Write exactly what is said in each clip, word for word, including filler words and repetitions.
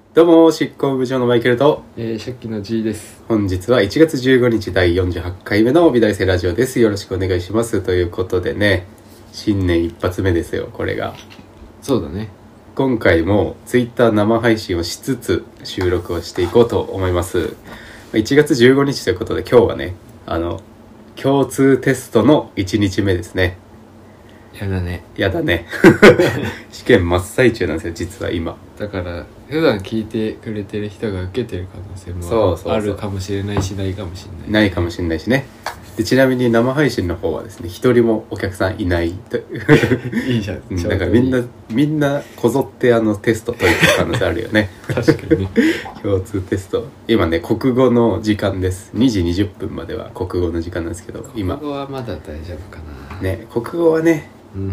どうも執行部長のマイケルと、 えー、初期の G です。 本日はいちがつじゅうごにちだいよんじゅうはちかいめの美大生ラジオです。よろしくお願いしますということでね、新年一発目ですよ。これがそうだね。 今回もツイッター生配信をしつつ収録をしていこうと思います。いちがつじゅうごにちということで、今日はね、あの共通テストのいちにちめですね。 やだね。 やだね試験真っ最中なんですよ、実は今。 だから普段聞いてくれてる人が受けてる可能性もそうそうそうあるかもしれないし、ないかもしれないないかもしれないしね。でちなみに生配信の方はですね、一人もお客さんいないといいじゃん。 だからみんなみんなこぞってあのテスト解いてる可能性あるよね確かにね共通テスト、今ね国語の時間です。にじにじゅっぷんまでは国語の時間なんですけど、今国語はまだ大丈夫かな。 ね、国語はね、 うん、うん、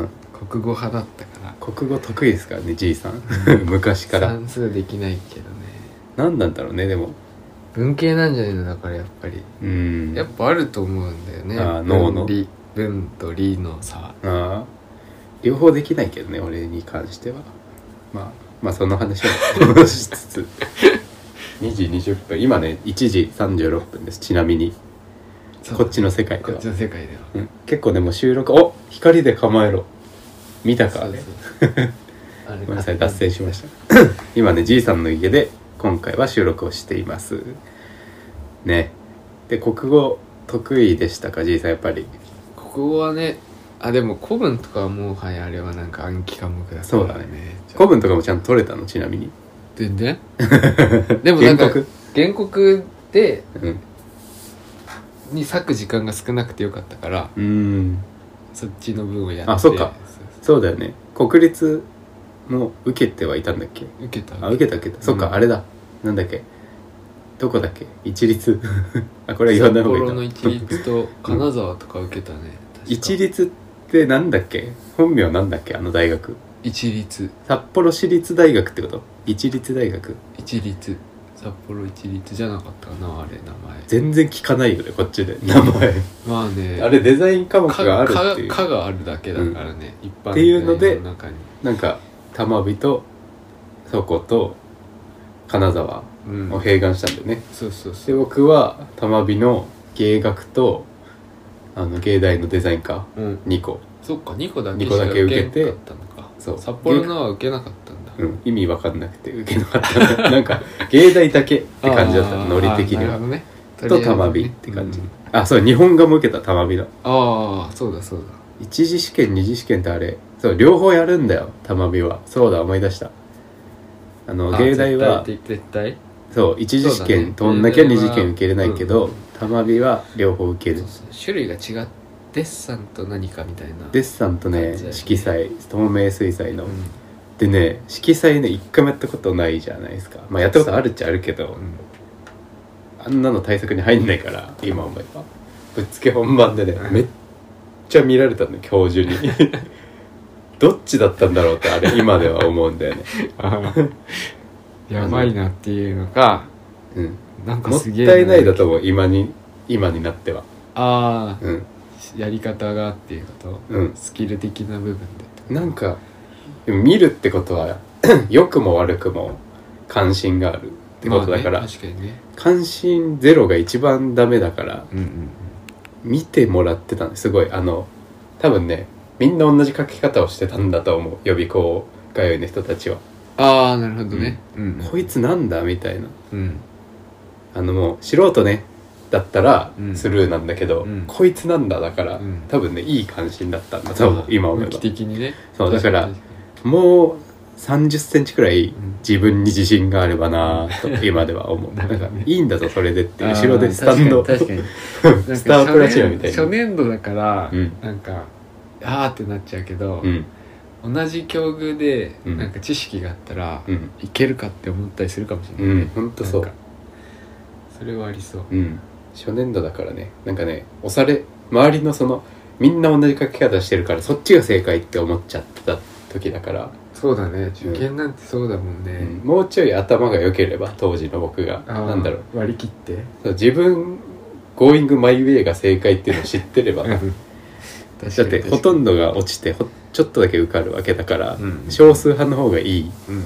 うん、 国語派だったから国語得意ですからね、じいさん昔から。 算数できないけどね。 何なんだろうね。でも文系なんじゃないの。だからやっぱりうんやっぱあると思うんだよね。 あ脳の文理文と理の差。 あ両方できないけどね、俺に関しては。まあまあその話をしつつにじにじゅっぷん、今ねいちじさんじゅうろっぷんです。ちなみにこっちの世界では、 こっちの世界では、 うん、結構でも収録、お光で構えろ見たかあれごめんなさい、脱線しました今ねじいさんの家で今回は収録をしていますね。で国語得意でしたか、じいさん。やっぱり国語はね、あでも古文とかはもはやあれはなんか暗記科目だからね。 そうだね。古文とかもちゃんと取れたの、ちなみに。 全然でもなんか原告原告で、 うんに割く時間が少なくてよかったから、 うーんそっちの分をやってあ、そっか、そうだよね。国立も受けてはいたんだっけ。 受けたあ、受けた受けた、うん、そっか、あれだ、なんだっけ、どこだっけ、一律あ、これは言わない方がいいか。 札幌の一律と金沢とか受けたね、 うん、一律ってなんだっけ、本名なんだっけ、あの大学。 一律、 札幌市立大学ってこと。一律大学、 一律札幌一律じゃなかったかな、あれ名前。 全然聞かないよね、こっちで名前まあね、 あれデザイン科目があるっていう科があるだけだからね、うん、一般っていうのでの中になんか玉美とそこと金沢を併願したんだよね、 うん、そうそうそう。 で僕は玉美の芸学とあの芸大のデザイン科にこ、 うん、そっかにこだけしか受けて、 受けたのか。 そう札幌のは受けなかったんだ、 うん、意味わかんなくて受けなかったなんか芸大だけって感じだったノリ的には、 ね、 と玉美って感じ、うん、あ、そう、日本画も受けた、玉美の。 ああ、そうだそうだ。 一次試験二次試験ってあれ、そう両方やるんだよ、玉美は。そうだ、思い出した。あの芸大は絶対、絶対そう一次試験通んなきゃ二次試験受けれないけど、玉美は両方受ける。そうそう、 種類が違う。デッサンと何かみたいな。 デッサンとね、色彩、透明水彩の、うん、でね、色彩ね一回もやったことないじゃないですか。まあやったことあるっちゃあるけど、うん、あんなの対策に入んないから、今思えばぶっつけ本番でね、めっちゃ見られたの、教授にどっちだったんだろうって、あれ今では思うんだよねやばいなっていうのか、 うん、 なんかすげえもったいないだと思う、今に今になっては。 ああ、 うん、 やり方がっていうこと、うん、スキル的な部分で。 なんかでも見るってことは良くも悪くも関心があるってことだから、 まあね、確かにね、 関心ゼロが一番ダメだから、うんうんうん、見てもらってたんです、すごい。あの多分ね、みんな同じ書き方をしてたんだと思う、予備校通いの人たちは。 ああ、なるほどね、 うんうん、こいつなんだみたいな、 うん、 あのもう素人ねだったらスルーなんだけど、うん、こいつなんだだから、うん、多分ねいい関心だったんだと思う、今思えば。 向き的にね。 そうだからもうさんじゅっセンチくらい自分に自信があればなと今では思う、うん、なんかいいんだぞそれでって、後ろでスタンド確かにスタープラチナみたいな。 初年度だから、うん、なんかあーってなっちゃうけど、うん、同じ境遇でなんか知識があったら、うん、いけるかって思ったりするかもしれないね。 ほんとそう、 それはありそう、 うん、初年度だからね、なんかね押され、周りのそのみんな同じ書き方してるからそっちが正解って思っちゃった時だから。 そうだね、受験なんてそうだもんね、 うん、もうちょい頭が良ければ、当時の僕がなんだろう、 割り切ってそう自分ゴーイングマイウェイが正解っていうのを知ってればだってほとんどが落ちてほちょっとだけ受かるわけだから、うん、少数派の方がいい、うん、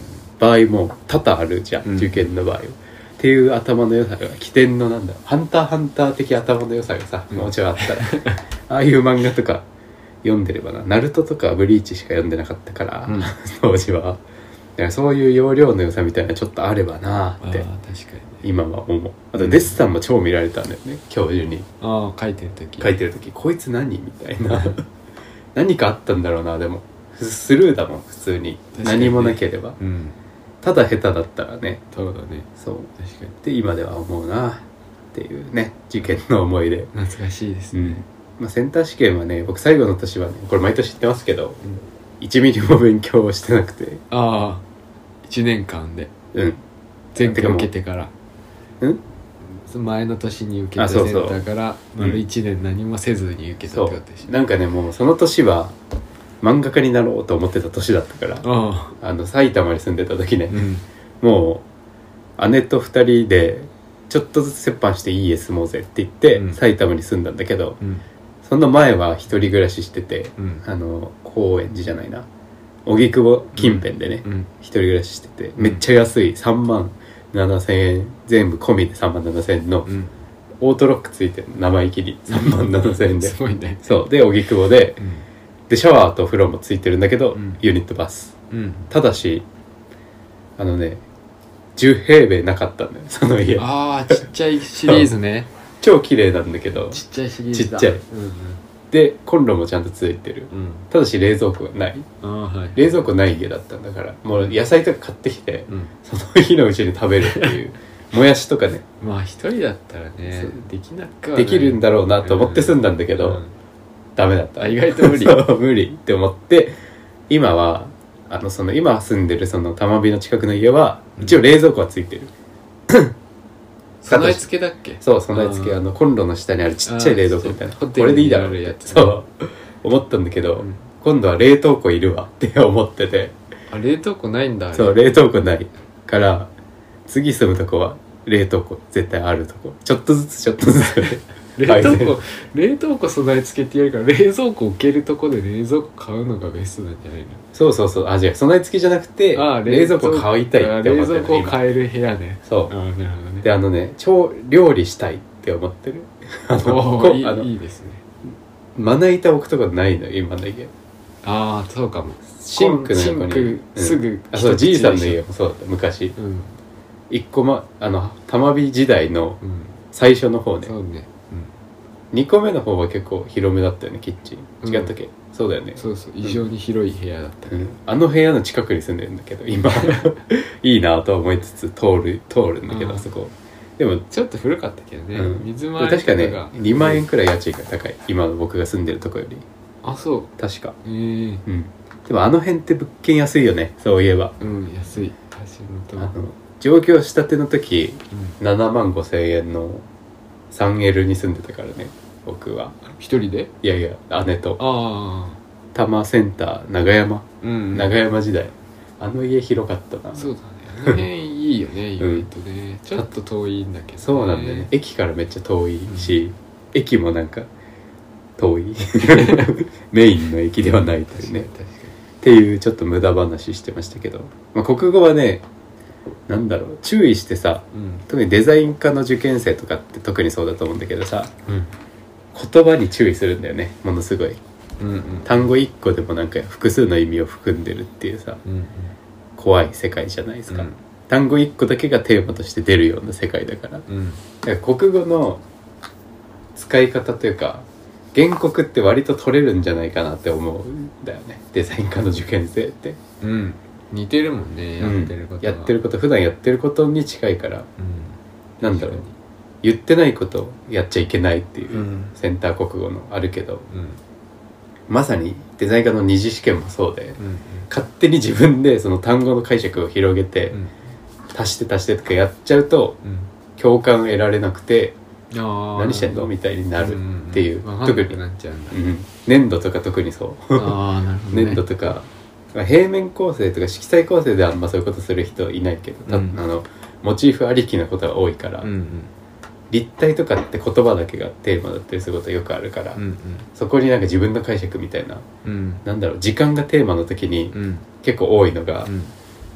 場合も多々あるじゃん、うん、受験の場合はっていう頭の良さが起点のなんだハンターハンター的頭の良さがさ、うん、もちろんあったらああいう漫画とか読んでればなナルトとかブリーチしか読んでなかったから、うん、当時はだからそういう要領の良さみたいなちょっとあればなってあ確かに、ね、 今は思う。あとデッサンも超見られたんだよね教授に。 ああ書いてる時書いてる時こいつ何みたいな何かあったんだろうな。でもスルーだもん普通に、ね、何もなければ、うん、ただ下手だったらね。 そうだねそう確かにって今では思うなっていうね受験の思い出。 懐かしいですね、うんまあ、センター試験はね僕最後の年はねこれ毎年言ってますけど、うん、いちミリも勉強をしてなくて。 ああいちねんかんでうん前回受けてからうん前の年に受けたセンターから丸いちねん何もせずに受けたってことでしょ、 うん、なんかねもうその年は漫画家になろうと思ってた年だったからああの埼玉に住んでた時ね、 うん、 もう姉とふたりでちょっとずつ折半していい家住もうぜって言って、うん、埼玉に住んだんだけど、 うん、 その前は一人暮らししてて、 うん、 あの高円寺じゃないな荻窪近辺でね、 うん、 一人暮らししててめっちゃ安いさんまんななせんえん全部込みでさんまんななせんえんの、 うん、 オートロックついてる生意気にさんまんななせんえんですごいね。 そうで荻窪で、うん、でシャワーとお風呂もついてるんだけど、 うん、 ユニットバス、 うん、 ただしあのねじゅうへいべいなかったんだよその家。 ああちっちゃいシリーズね超綺麗なんだけどちっちゃいシリーズだちっちゃい、 うんうん、 でコンロもちゃんとついてる、 うん、 ただし冷蔵庫がない。 あ、はい、 冷蔵庫ない家だったんだからもう野菜とか買ってきて、 うん、 その日のうちに食べるっていうもやしとかねまあ一人だったらねできなくはできるんだろうなと思って住んだんだけど、 うんうん、 ダメだった。 あ意外と無理そう無理って思って今はあのその今住んでるその玉美の近くの家は一応冷蔵庫はついてる、うん、 備え付けだっけ。 そう備え付けあのコンロの下にあるちっちゃい冷蔵庫みたいなこれでいいだろうってそう思ったんだけど、うん、今度は冷凍庫いるわって思ってて。 あ冷凍庫ないんだ。 そう冷凍庫ないから次住むとこは冷凍庫絶対あるとこちょっとずつちょっとずつ冷凍庫冷凍庫備え付けって言うから冷蔵庫置けるとこで冷蔵庫買うのがベストなんじゃないの。 そうそうそうあじゃあ備え付けじゃなくてあ冷蔵庫買いたいって思ってる。 冷蔵庫を買える部屋ね。 そうあなるほどね。 であのね超料理したいって思ってるあのこいい、あのいいですね。 まな板置くとこないの今の家。 ああそうかも。 シンクの横にシンクすぐ、うん、 あそうじいさんの家もそうだった昔、 うん、 一個まあの玉美時代の最初の方ね、 うん、そうね、 うん、にこめの方は結構広めだったよねキッチン違ったっけ、うん、そうだよねそうそう異常に広い部屋だった、 うん、あの部屋の近くに住んでるんだけど今いいなと思いつつ通る通るんだけどあそこでもちょっと古かったけどね、うん、水回り確かねにまんえんくらい家賃が高い今の僕が住んでるとこより。 あそう確かへえー、 うんでもあの辺って物件安いよねそういえば。 うん安い橋本あの上京したての時、うん、ななまんごせんえんの スリーエル に住んでたからね僕は。 一人で。 いやいや姉とあ多摩センター長山、 うんうん、 長山時代あの家広かったな。 そうだねあの辺いいよね意外とね、うん、ちょっと遠いんだけど、ね、 そうなんだよね駅からめっちゃ遠いし、うん、駅もなんか遠いメインの駅ではないというねっていうちょっと無駄話してましたけど、まあ、国語はねなんだろう注意してさ、うん、特にデザイン科の受験生とかって特にそうだと思うんだけどさ、 うん、 言葉に注意するんだよねものすごい、 うんうん、 単語いっこでもなんか複数の意味を含んでるっていうさ、 うんうん、 怖い世界じゃないですか、うん、単語いっこだけがテーマとして出るような世界だから、 うん、 だから国語の使い方というか原告って割と取れるんじゃないかなって思うんだよねデザイン科の受験生って、 うん、似てるもんねやってること、 うん、やってること普段やってることに近いから、 うん、 なんだろう言ってないことをやっちゃいけないっていう、 うん、 センター国語のあるけど、 うん、 まさにデザイン科の二次試験もそうで、 うんうん、 勝手に自分でその単語の解釈を広げて、うん、足して足してとかやっちゃうと、 うん、 共感得られなくてあ何してんのみたいになるっていう、 うんうん、特になっちゃうんだ、 うん、粘土とか特にそうあなるほど、ね、 粘土とか平面構成とか色彩構成ではあんまそういうことする人いないけど、うん、あのモチーフありきのことが多いから、 うんうん、 立体とかって言葉だけがテーマだったりすることよくあるから、 うんうん、 そこになんか自分の解釈みたいな、 うん、 なんだろう時間がテーマの時に、 うん、 結構多いのが、 うん、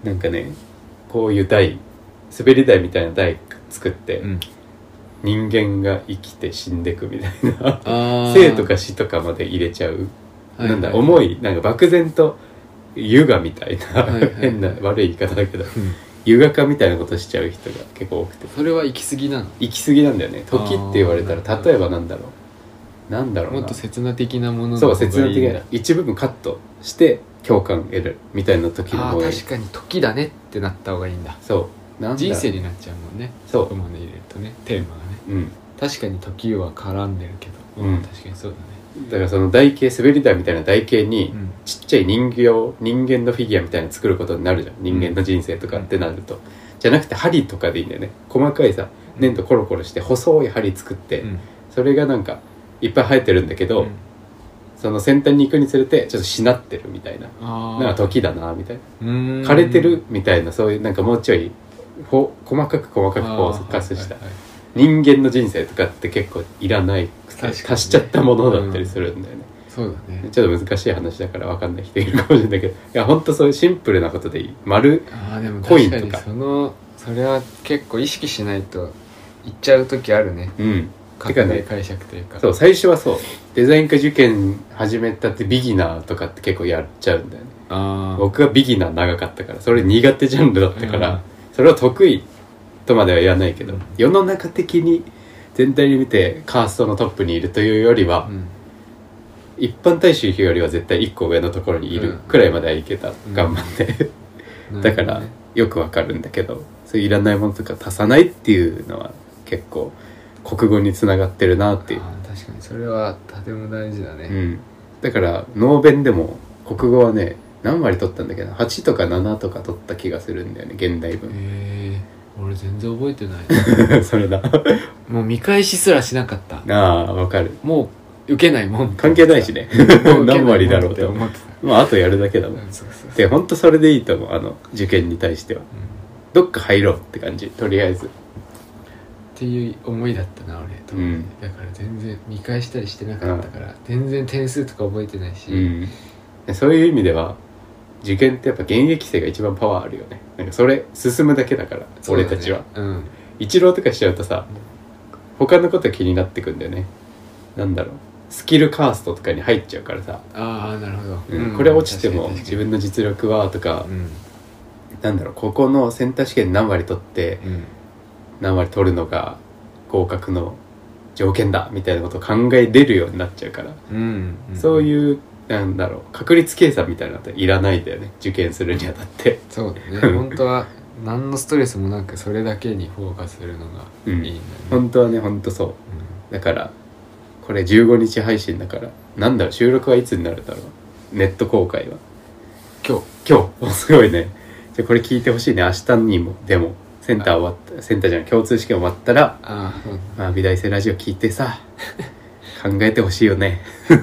なんかねこういう台滑り台みたいな台作って、うん、人間が生きて死んでくみたいな生とか死とかまで入れちゃう、はいはい、なんだ重いなんか漠然と優雅みたいな、はいはいはい、変な悪い言い方だけど、うん、優雅化みたいなことしちゃう人が結構多くて、 それは行き過ぎなの？ 行き過ぎなんだよね。時って言われたら例えばなんだろうなんだろうなもっと刹那的なもののそう刹那的な一部分カットして共感得るみたいな時の方がいい。あ確かに時だねってなった方がいいんだ。 そうなんだ人生になっちゃうもんね。 そうそこまで入れるとねテーマがね、うん、確かに時は絡んでるけど、うん、確かにそうだね。 だからその台形滑り台みたいな台形にちっちゃい人形人間のフィギュアみたいなの作ることになるじゃん、人間の人生とかってなると、うん、じゃなくて針とかでいいんだよね。細かいさ粘土コロコロして細い針作って、うん、それがなんかいっぱい生えてるんだけど、うん、その先端に行くにつれてちょっとしなってるみたいな、なんか時だなみたいな、枯れてるみたいな、そういうなんかもうちょいほ細かく細かくフォーカスした、はいはいはい、人間の人生とかって結構いらないくて、ね、足しちゃったものだったりするんだよね、 うん、そうだね。 ちょっと難しい話だから分かんない人いるかもしれないけど、いやほんとそういうシンプルなことでいい。丸あでもコインとかそのそれは結構意識しないといっちゃう時あるね。うん勝手に解釈というか、 そう最初はそうデザイン科受験始めたってビギナーとかって結構やっちゃうんだよね。あ僕はビギナー長かったからそれ苦手ジャンルだったから、うん、それは得意とまでは言わないけど、うん、世の中的に全体に見てカーストのトップにいるというよりは、うん、一般大衆よりは絶対いっこ上のところにいるくらいまではいけた、うん、頑張ってだからよくわかるんだけど、そういういらないものとか足さないっていうのは結構国語につながってるなっていう。 あ確かにそれはとても大事だね、 うん、だからノーベンでも国語はね何割取ったんだけどはちとかななとか取った気がするんだよね現代文。へえ俺全然覚えてないそれだもう見返しすらしなかった。 ああわかる。 もう受けないもん関係ないしね何割だろうって思ってた。まああとやるだけだもん、うん、そうそうそうで本当それでいいと思う。あの受験に対しては、うん、どっか入ろうって感じとりあえずっていう思いだったな俺と、うん、だから全然見返したりしてなかったから、うん、全然点数とか覚えてないし、 うん、そういう意味では受験ってやっぱ現役生が一番パワーあるよね。なんかそれ進むだけだから、俺たちは、うん、一浪とかしちゃうとさ他のこと気になってくんだよね。なんだろうスキルカーストとかに入っちゃうからさ。 ああなるほど、 うんうん、これ落ちても自分の実力はとか、うん、なんだろうここのセンター試験何割取って、うん、何割取るのが合格の条件だみたいなことを考えれるようになっちゃうから、うんうん、そういうなんだろう確率計算みたいなのっていらないんだよね受験するにあたって。 そうだね本当は何のストレスもなくそれだけにフォーカスするのがいいんだよね、 うん、本当はね本当そう、うん、だからこれじゅうごにち配信だからなんだろう収録はいつになるだろう。ネット公開は今日今日すごいね。じゃこれ聞いてほしいね。明日にもでもセンター終わったセンターじゃない共通試験終わったらあ、うんまあ、美大生ラジオ聞いてさ考えてほしいよね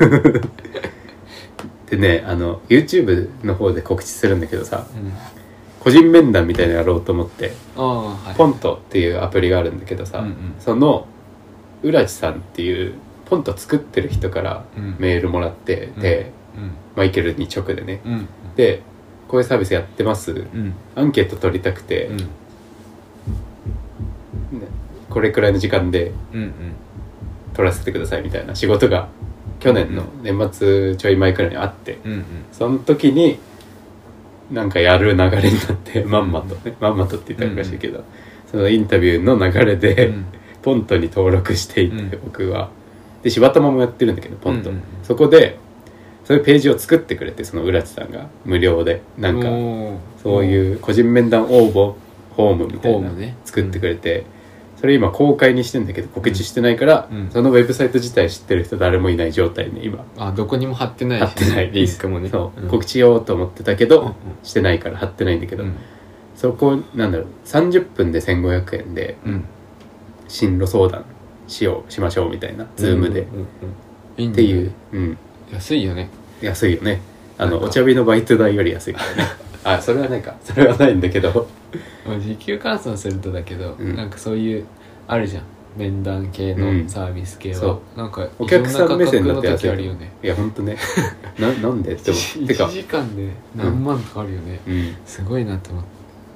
でねあの YouTube の方で告知するんだけどさ、うん、個人面談みたいなのやろうと思ってあ、はい、ポントっていうアプリがあるんだけどさ、うんうん、その浦地さんっていうポント作ってる人からメールもらってて、うんうん、マイケルに直でね、うん、でこういうサービスやってます、うん、アンケート取りたくて、うんこれくらいの時間で取らせてくださいみたいな仕事が去年の年末ちょい前くらいにあって、うんうん、その時になんかやる流れになってまんまとねまんまとって言ったらおかしいけど、うんうん、そのインタビューの流れで、うん、ポントに登録していて、うん、僕はで柴玉もやってるんだけどポント、うんうん、そこでそういうページを作ってくれてその浦地さんが無料でなんかそういう個人面談応募フォームみたいな作ってくれて、ねうん、それ今公開にしてんだけど告知してないから、うん、そのウェブサイト自体知ってる人誰もいない状態ね今。 あどこにも貼ってないし、 貼ってないリンクもねそう、うん、告知しようと思ってたけど、うん、してないから貼ってないんだけど、うん、そこなんだろうさんじゅっぷんでせんごひゃくえんで、うん、進路相談しようしましょうみたいなズームで、うんうんうん、っていう、うん、 安いよね安いよねあのお茶日のバイト代より安いからねあそれはないかそれはないんだけど時給換算するとだけど、うん、なんかそういうあるじゃん面談系のサービス系は、 うん、 なんかお客さん目線だってやつあるよね。 いやほんとねな, なんでって思っていちじかんで何万とかあるよね、うん、すごいなって思って、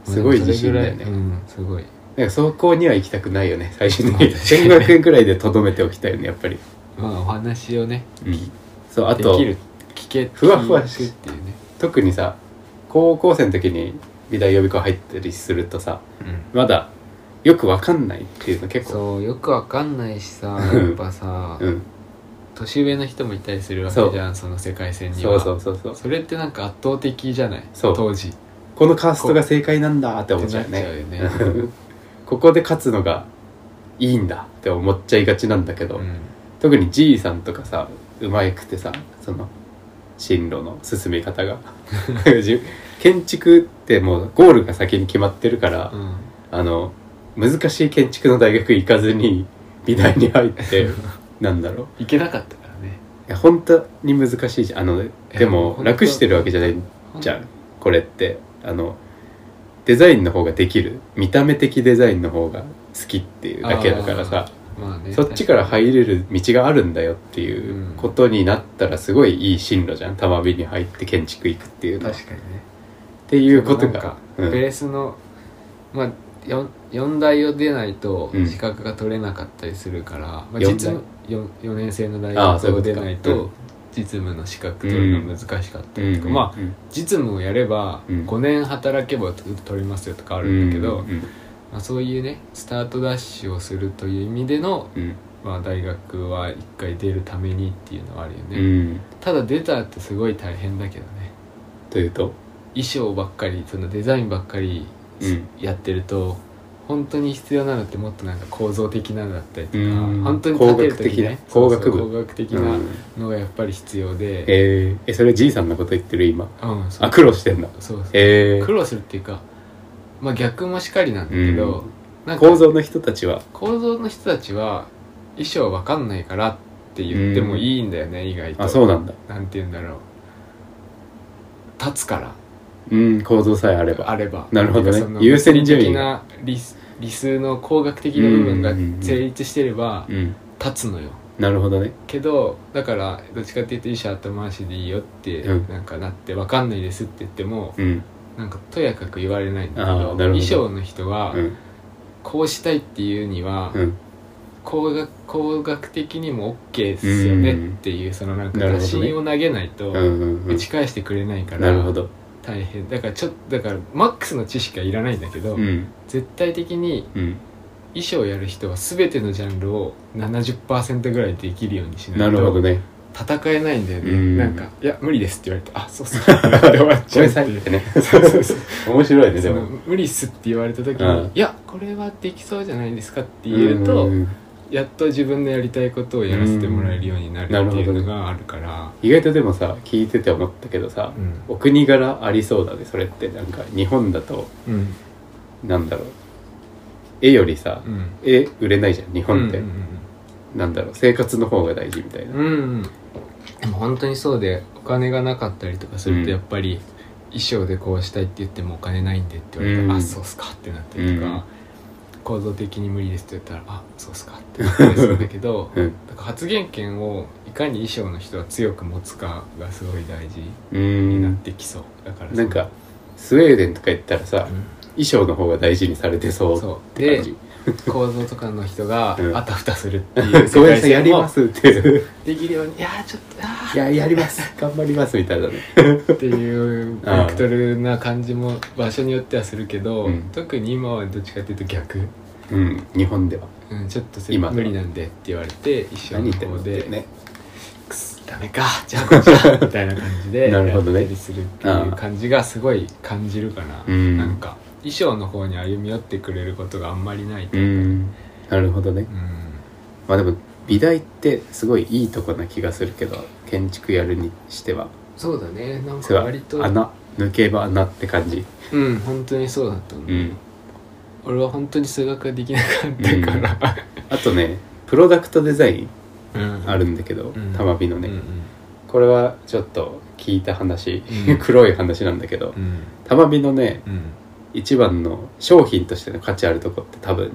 すごい自信だよね、 うん、すごい。 なんかそこには行きたくないよね最初にせんごひゃくえんくらいでとどめておきたいよねやっぱり。 まあお話をね、 うん、そうあとできる聞けふわふわしっていうね。 特にさ高校生の時に美大予備校入ったりするとさ、うん、まだよくわかんないっていうの結構そうよくわかんないしさやっぱさ、うん、年上の人もいたりするわけじゃん そ, その世界線には。そうそうそうそう。それってなんか圧倒的じゃない。そう当時このカーストが正解なんだって思っちゃうね。 ってなっちゃうよねここで勝つのがいいんだって思っちゃいがちなんだけど、うん、特に G さんとかさうまくてさその進路の進み方が建築ってもうゴールが先に決まってるから、うん、あの難しい建築の大学行かずに美大に入ってなんだろう行けなかったからね。 いや本当に難しいじゃん。あのでも楽してるわけじゃないじゃんこれって。あのデザインの方ができる見た目的デザインの方が好きっていうだけだからさ、まあね、そっちから入れる道があるんだよっていうことになったらすごいいい進路じゃん。玉美に入って建築行くっていうのは。 確かにね。 っていうことがベースの、うん、まあ 4, よん大を出ないと資格が取れなかったりするから、うんまあ、実の 4, よねん生の大学を出ないと実務の資格取るの難しかったりとか、うん、まあ、うん、実務をやればごねん働けば取れますよとかあるんだけど、うんうんまあ、そういうねスタートダッシュをするという意味での、うんまあ、大学は一回出るためにっていうのはあるよね、うん、ただ出たってすごい大変だけどね。 というと衣装ばっかりそのデザインばっかりやってると、うん、本当に必要なのってもっとなんか構造的なのだったりとか、うん、本当に建てる時ね工学部工学的なのがやっぱり必要で、うん、 えー、えそれ G さんのこと言ってる今、うん、あ苦労してんだ。 そうそう、えー、苦労するっていうかまあ逆もしかりなんだけど、うん、 なんか構造の人たちは構造の人たちは衣装わかんないからって言ってもいいんだよね、うん、意外と。 あそうなんだ。 なんて言うんだろう立つからうん構造さえあればあればなるほどね。優先順位が理, 理数の工学的な部分が成立してれば立つのよ、 うん、なるほどね。 けどだからどっちかっていうと医者後回しでいいよってなんかなって分かんないですって言っても、うん、なんかとやかく言われないんだけ ど, ど衣装の人は、うん、こうしたいっていうには、うん、工学、工学的にも OK ですよねっていう、うん、そのなんか打診を投げないと打ち返してくれないから、 なるほど大変だからちょっとだからマックスの知識はいらないんだけど、うん、絶対的に衣装をやる人は全てのジャンルを ななじゅっパーセント ぐらいできるようにしないと、なるほどね、戦えないんだよね、うん、なんかいや無理ですって言われてあそうそうって終わっちゃうっていうねそうそうそう面白いね。でも無理っすって言われた時に、うん、いやこれはできそうじゃないですかって言うと、うん、やっと自分のやりたいことをやらせてもらえるようになるっていうのがあるから、 意外とでもさ聞いてて思ったけどさ、うん、お国柄ありそうだねそれって。なんか日本だと、うん、なんだろう絵よりさ、うん、絵売れないじゃん日本って、うんうんうん、なんだろう生活の方が大事みたいな、うんうん、 でも本当にそうでお金がなかったりとかするとやっぱり、衣装でこうしたいって言ってもお金ないんでって言われたら、うん、あそうっすかってなったりとか、うん構造的に無理ですって言ったらあそうっすかって言ったりするんだけど、うん、だから発言権をいかに衣装の人は強く持つかがすごい大事になってきそう。だからなんかスウェーデンとか行ったらさ、うん、衣装の方が大事にされてそうって感じ。 構造とかの人があたふたするっていう世界線もやりますっていうできるようにいやちょっとあいややります頑張りますみたいなねっていうベクトルな感じも場所によってはするけど、うん、特に今はどっちかっていうと逆、 うん、日本では、 うん、ちょっと無理なんでって言われて一緒の方でねくすダメかじゃあこっちだみたいな感じでやったりするっていう感じがすごい感じるかな、うん、なんか衣装の方に歩み寄ってくれることがあんまりないと思う、うん、 なるほどね、うん、まあでも美大ってすごいいいとこな気がするけど建築やるにしてはそうだねなんか割と穴抜けば穴って感じ。 うん本当にそうだと思う、うん、俺は本当に数学ができなかったから、 うん、あとねプロダクトデザインあるんだけど、うん、玉美のね、うんうん、これはちょっと聞いた話、うん、黒い話なんだけど、うん、玉美のね、うん一番の商品としての価値あるとこって多分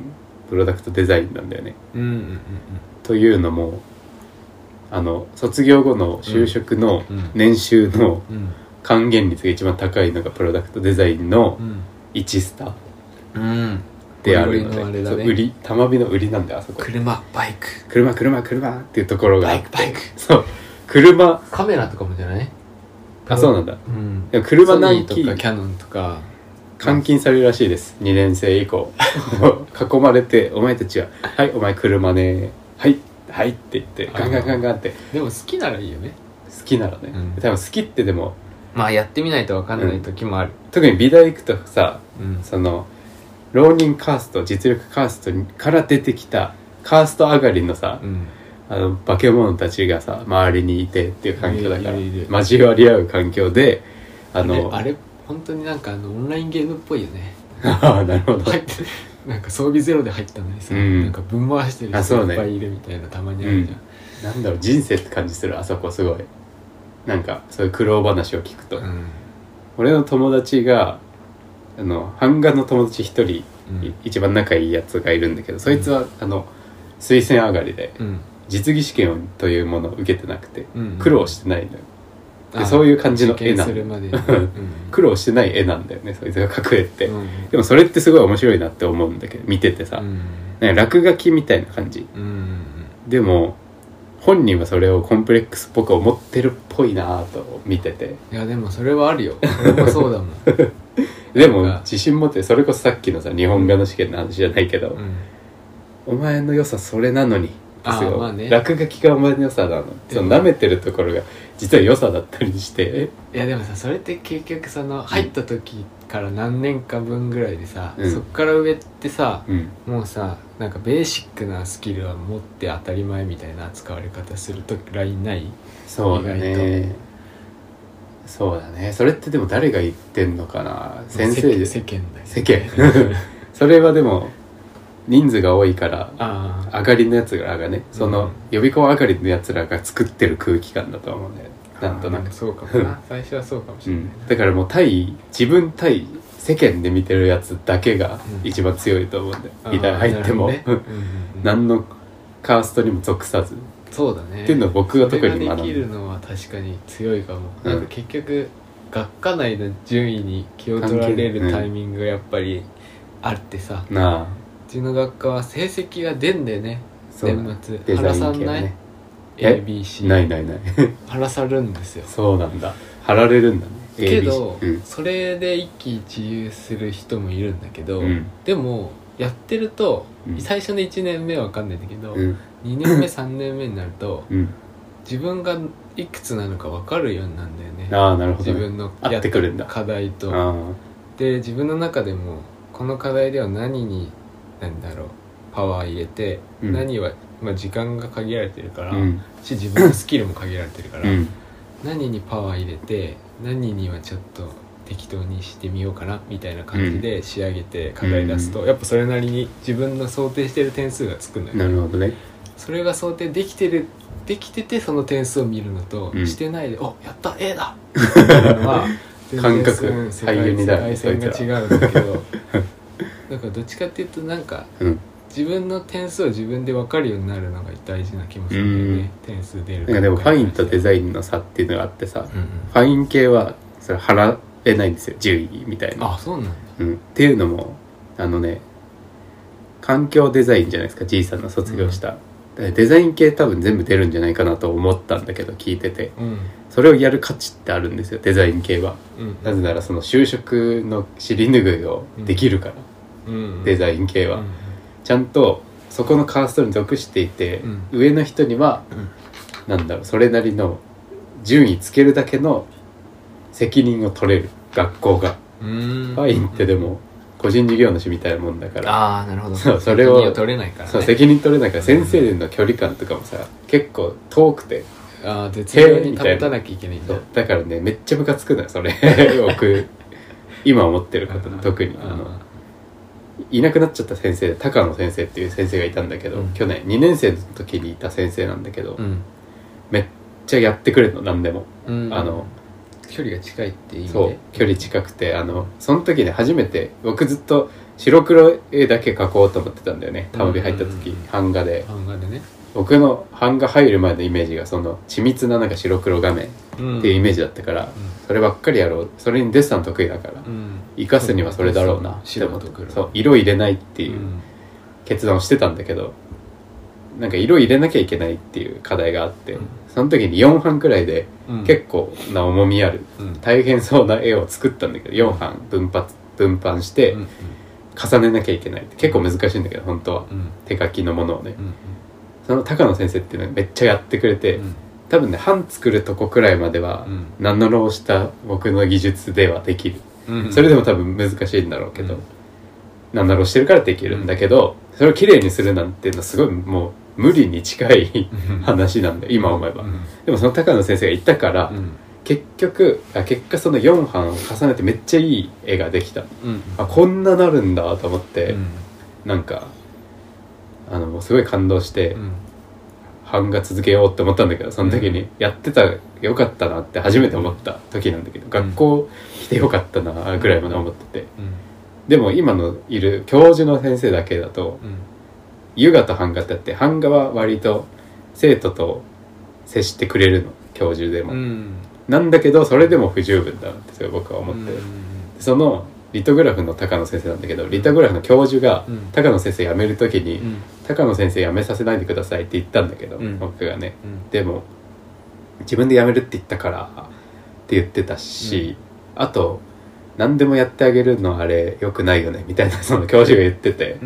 プロダクトデザインなんだよね。 うんうんうんうん、 というのもあの卒業後の就職の年収の還元率が一番高いのがプロダクトデザインのいちスタであるので、うんうん、そう売り玉火の売りなんだよあそこ。 車バイク車車車っていうところがバイクバイクそう車カメラとかもじゃない？ あそうなんだ、 うん、 でも車何機ソニーとかキャノンとか監禁されるらしいです。にねん生以降囲まれてお前たちははいお前車ねはいはいって言ってガンガンガンガンって。 でも好きならいいよね。 好きならね、うん、多分好きってでもまあやってみないと分かんない時もある、 うん、特に美大行くとさ、 うん、 その浪人カースト実力カーストから出てきたカースト上がりのさ、うん、あの化け物たちがさ周りにいてっていう環境だから交わり合う環境であのあれ本当になんかあのオンラインゲームっぽいよね。 ああなるほど。 なんか装備ゼロで入ったのにさ、うん、なんかぶん回してる人いっぱいいるみたいなたまにあるじゃん、 うん、なんだろう人生って感じするあそこすごい。なんかそういう苦労話を聞くと、うん、俺の友達があの版画の友達一人、うん、一番仲いいやつがいるんだけど、そいつは、うん、あの推薦上がりで、うん、実技試験というものを受けてなくて、うんうん、苦労してないのよ。でそういう感じの絵なんだ、うん、苦労してない絵なんだよねそいつが描く絵って、うん、でもそれってすごい面白いなって思うんだけど見ててさ、うん、なんか落書きみたいな感じ、うん、でも本人はそれをコンプレックスっぽく思ってるっぽいなと見てて。 いやでもそれはあるよ俺もそうだもんでも自信持ってそれこそさっきのさ日本画の試験の話じゃないけど、うん、お前の良さそれなのにあ、まあね、 落書きがお前の良さなの。その舐めてるところが実は良さだったりして。 いやでもさそれって結局その入った時から何年か分ぐらいでさ、うん、そっから上ってさ、うん、もうさなんかベーシックなスキルは持って当たり前みたいな扱われ方するとラインない？ そうだねそうだね。それってでも誰が言ってんのかな。先生で世間だよ、ね、 世間それはでも人数が多いから上がりのやつらがね、その予備校上がりのやつらが作ってる空気感だと思うんだよ。なんとなくそうかもな最初はそうかもしれない、うん、 だからもう対自分対世間で見てるやつだけが一番強いと思うんだよ、うん、美大入っても、ねうんうんうん、何のカーストにも属さず。 そうだねっていうのを僕が特に学んだ。 それができるのは確かに強いかも、うん、なんか結局学科内の順位に気を取られるタイミングがやっぱりあってさ、うん、なあうちの学科は成績が出んだよね。年末原さんない、ね、エービーシーないないない貼らさるんですよ。 そうなんだ貼られるんだねけど、うん、それで一喜一憂する人もいるんだけど、うん、でもやってると、うん、最初のいちねんめは分かんないんだけど、うん、にねんめさんねんめになると、うん、自分がいくつなのか分かるようになるんだよね。 ああなるほど、ね、 自分のやってくるんだ課題とで自分の中でもこの課題では何になんだろうパワー入れて、うん、何は、まあ、時間が限られてるから、うん、し自分のスキルも限られてるから、うん、何にパワー入れて何にはちょっと適当にしてみようかなみたいな感じで仕上げて課題出すと、うん、やっぱそれなりに自分の想定してる点数がつくんだよね。 なるほどね。 それが想定できてるできててその点数を見るのと、うん、してないでおやった A だみたいなのは感覚俳優になる世界線が違うんだけどだからどっちかっていうとなんか、うん、自分の点数を自分で分かるようになるのが大事な気もするんだよね。点数出るなんかでもファインとデザインの差っていうのがあってさ、うんうん、ファイン系はそれ払えないんですよ順位みたいな。 あそうなんだ、 うん、っていうのもあのね環境デザインじゃないですか G さんの卒業した、うん、デザイン系多分全部出るんじゃないかなと思ったんだけど聞いてて、うん、それをやる価値ってあるんですよデザイン系は、うん、なぜならその就職の尻拭いをできるから、うん、デザイン系は、うん、ちゃんとそこのカーストに属していて、うん、上の人には、うん、なんだろうそれなりの順位つけるだけの責任を取れる学校が。うーんファインってでも個人事業主みたいなもんだから。 ああなるほど。 そうそれを責任を取れないからね。 そう責任取れないから先生の距離感とかもさ結構遠くてああ絶妙に保たなきゃいけないんだ。 そうだからねめっちゃムカつくのよそれ僕今思ってること特にあのいなくなっちゃった先生高野先生っていう先生がいたんだけど、うん、去年にねん生の時にいた先生なんだけど、うん、めっちゃやってくれるの何でも、うん、あの距離が近いっていう意味でそう距離近くてあのその時ね初めて僕ずっと白黒絵だけ描こうと思ってたんだよね。玉美入った時、 うんうんうん、 版画で版画でね、 僕の版画入る前のイメージがその緻密ななんか白黒画面っていうイメージだったから、うん、そればっかりやろう、それにデッサン得意だから、うん、生かすにはそれだろうなって思って、そう色入れないっていう決断をしてたんだけど、なんか色入れなきゃいけないっていう課題があって、うん、その時によん版くらいで結構な重みある、うん、大変そうな絵を作ったんだけど、よん版分発分版して重ねなきゃいけないって結構難しいんだけど本当は、うん、手書きのものをね、うん、その高野先生っていうのがめっちゃやってくれて、うん、多分ね版作るとこくらいまでは名乗ろうした僕の技術ではできる、うん、それでも多分難しいんだろうけど、うん、名乗ろうしてるからできるんだけど、うん、それを綺麗にするなんていうのはすごいもう無理に近い話なんだよ今思えば、うん、でもその高野先生が言ったから、うん、結局あ結果そのよん版を重ねてめっちゃいい絵ができた、うん、あこんななるんだと思って、うん、なんかあのもうすごい感動して、うん、版画続けようって思ったんだけど、その時にやってたらよかったなって初めて思った時なんだけど、うん、学校来てよかったなぐらいまで思ってて、うん、でも今のいる教授の先生だけだと、うん、油画と版画ってあって、版画は割と生徒と接してくれるの教授でも、うん、なんだけどそれでも不十分だなってそれ僕は思って、うん、そのリトグラフの高野先生なんだけど、リトグラフの教授が高野先生辞める時に、うん、高野先生辞めさせないでくださいって言ったんだけど、うん、僕がね、うん、でも自分で辞めるって言ったからって言ってたし、うん、あと何でもやってあげるのあれ良くないよねみたいなその教授が言ってて、うん、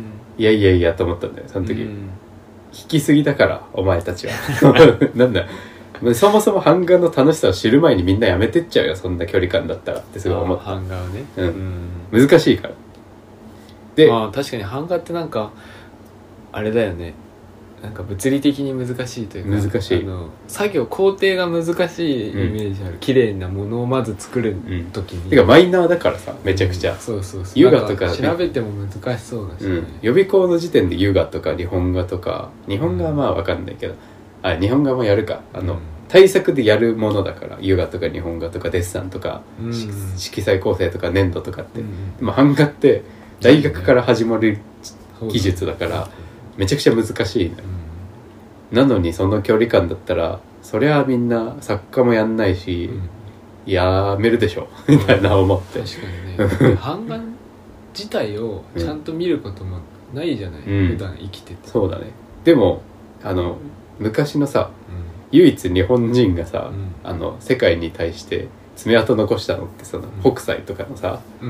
いやいやいやと思ったんだよその時、うん、引きすぎだからお前たちはなんだそもそも版画の楽しさを知る前にみんなやめてっちゃうよそんな距離感だったらってすごい思った。 版画はね、 うんうん、難しいからで、まあ確かに版画ってなんかあれだよね、なんか物理的に難しいというか難しい、 あの作業工程が難しいイメージある、うん、綺麗なものをまず作る時に、うん、 てかマイナーだからさめちゃくちゃ、うん、 そうそうそう油画とか調べても難しそうだし、ね、うん、 予備校の時点で油画とか日本画とか日本画はまあ分かんないけど、あ日本画もやるかあの、うん対策でやるものだから油画とか日本画とかデッサンとか、うん、色彩構成とか粘土とかって、うん、でも版画って大学から始まる技術だからめちゃくちゃ難しい、ね、うん、なのにその距離感だったらそりゃみんな作家もやんないし、うん、やめるでしょみたいな思って、 確かにね版画自体をちゃんと見ることもないじゃない、うん、普段生きてて。 そうだね。でもあの昔のさ、うん唯一日本人がさ、うん、あの世界に対して爪痕残したのってその、うん、北斎とかのさ、うん、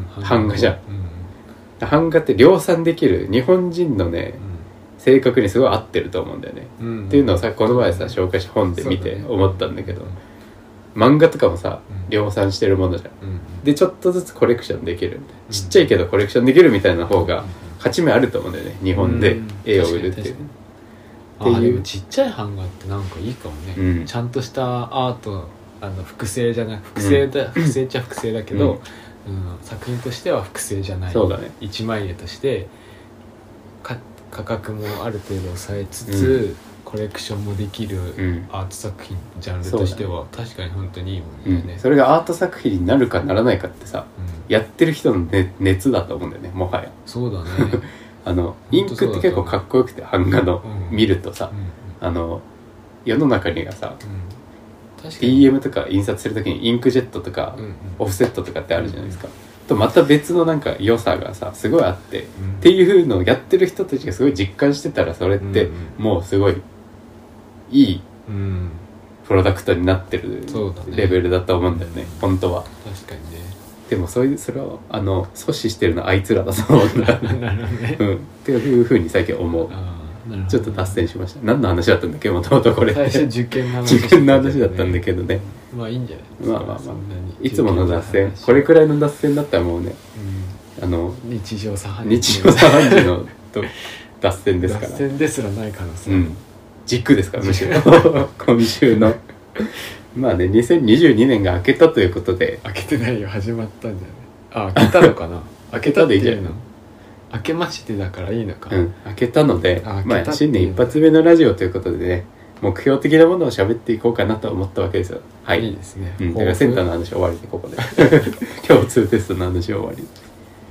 版画じゃん、うん、版画って量産できる日本人のね、うん、性格にすごい合ってると思うんだよね、うん、っていうのをさこの前さ紹介した本で見て思ったんだけど、うん、漫画とかもさ、うん、量産してるものじゃん、うん、でちょっとずつコレクションできる、うん、ちっちゃいけどコレクションできるみたいな方が勝ち目あると思うんだよね日本で絵を売るっていう、 ああでもちっちゃい版画ってなんかいいかもね、うん、ちゃんとしたアート、あの複製じゃない複製だ、うん、複製っちゃ複製だけど、うんうん、作品としては複製じゃない、 そうだね、 一枚絵としてか価格もある程度抑えつつ、うん、コレクションもできるアート作品、うん、ジャンルとしては確かに本当にいいもんね、 うん、それがアート作品になるかならないかってさ、うん、やってる人の、ね、熱だと思うんだよねもはや。 そうだねあのインクって結構かっこよくて版画の、うん、見るとさ、うん、あの世の中にはさ、うん、ディーエム とか印刷するときにインクジェットとか、うんうん、オフセットとかってあるじゃないですか、うんうん、とまた別のなんか良さがさすごいあって、うん、っていうのをやってる人たちがすごい実感してたらそれってもうすごいいいプロダクトになってるレベルだと思うんだよね、うん、本当は。 確かにね。 でもそういうそれをあの阻止してるのはあいつらだと思うんだなるほどね、うん、っていうふうに最近思う。あちょっと脱線しました。何の話だったんだっけもともとこれ最初受験の話、 受験の話だったんだけどね。 まあいいんじゃないですか。まあまあまあいつもの脱線これくらいの脱線だったらもうね、うん、あの日常茶飯事日常茶飯事のと脱線ですから脱線ですらない可能性、 うん、軸ですからむしろ今週のまあねにせんにじゅうにねんが明けたということで。 明けてないよ始まったんじゃない。あ明けたのかな明けたでいいじゃんの明けましてだからいいのか、 うん、明けたのであまあ、新年一発目のラジオということでね目標的なものを喋っていこうかなと思ったわけですよ。はい、 いいですね、 うん、だからセンターの話終わりでここで共通テストの話終わり。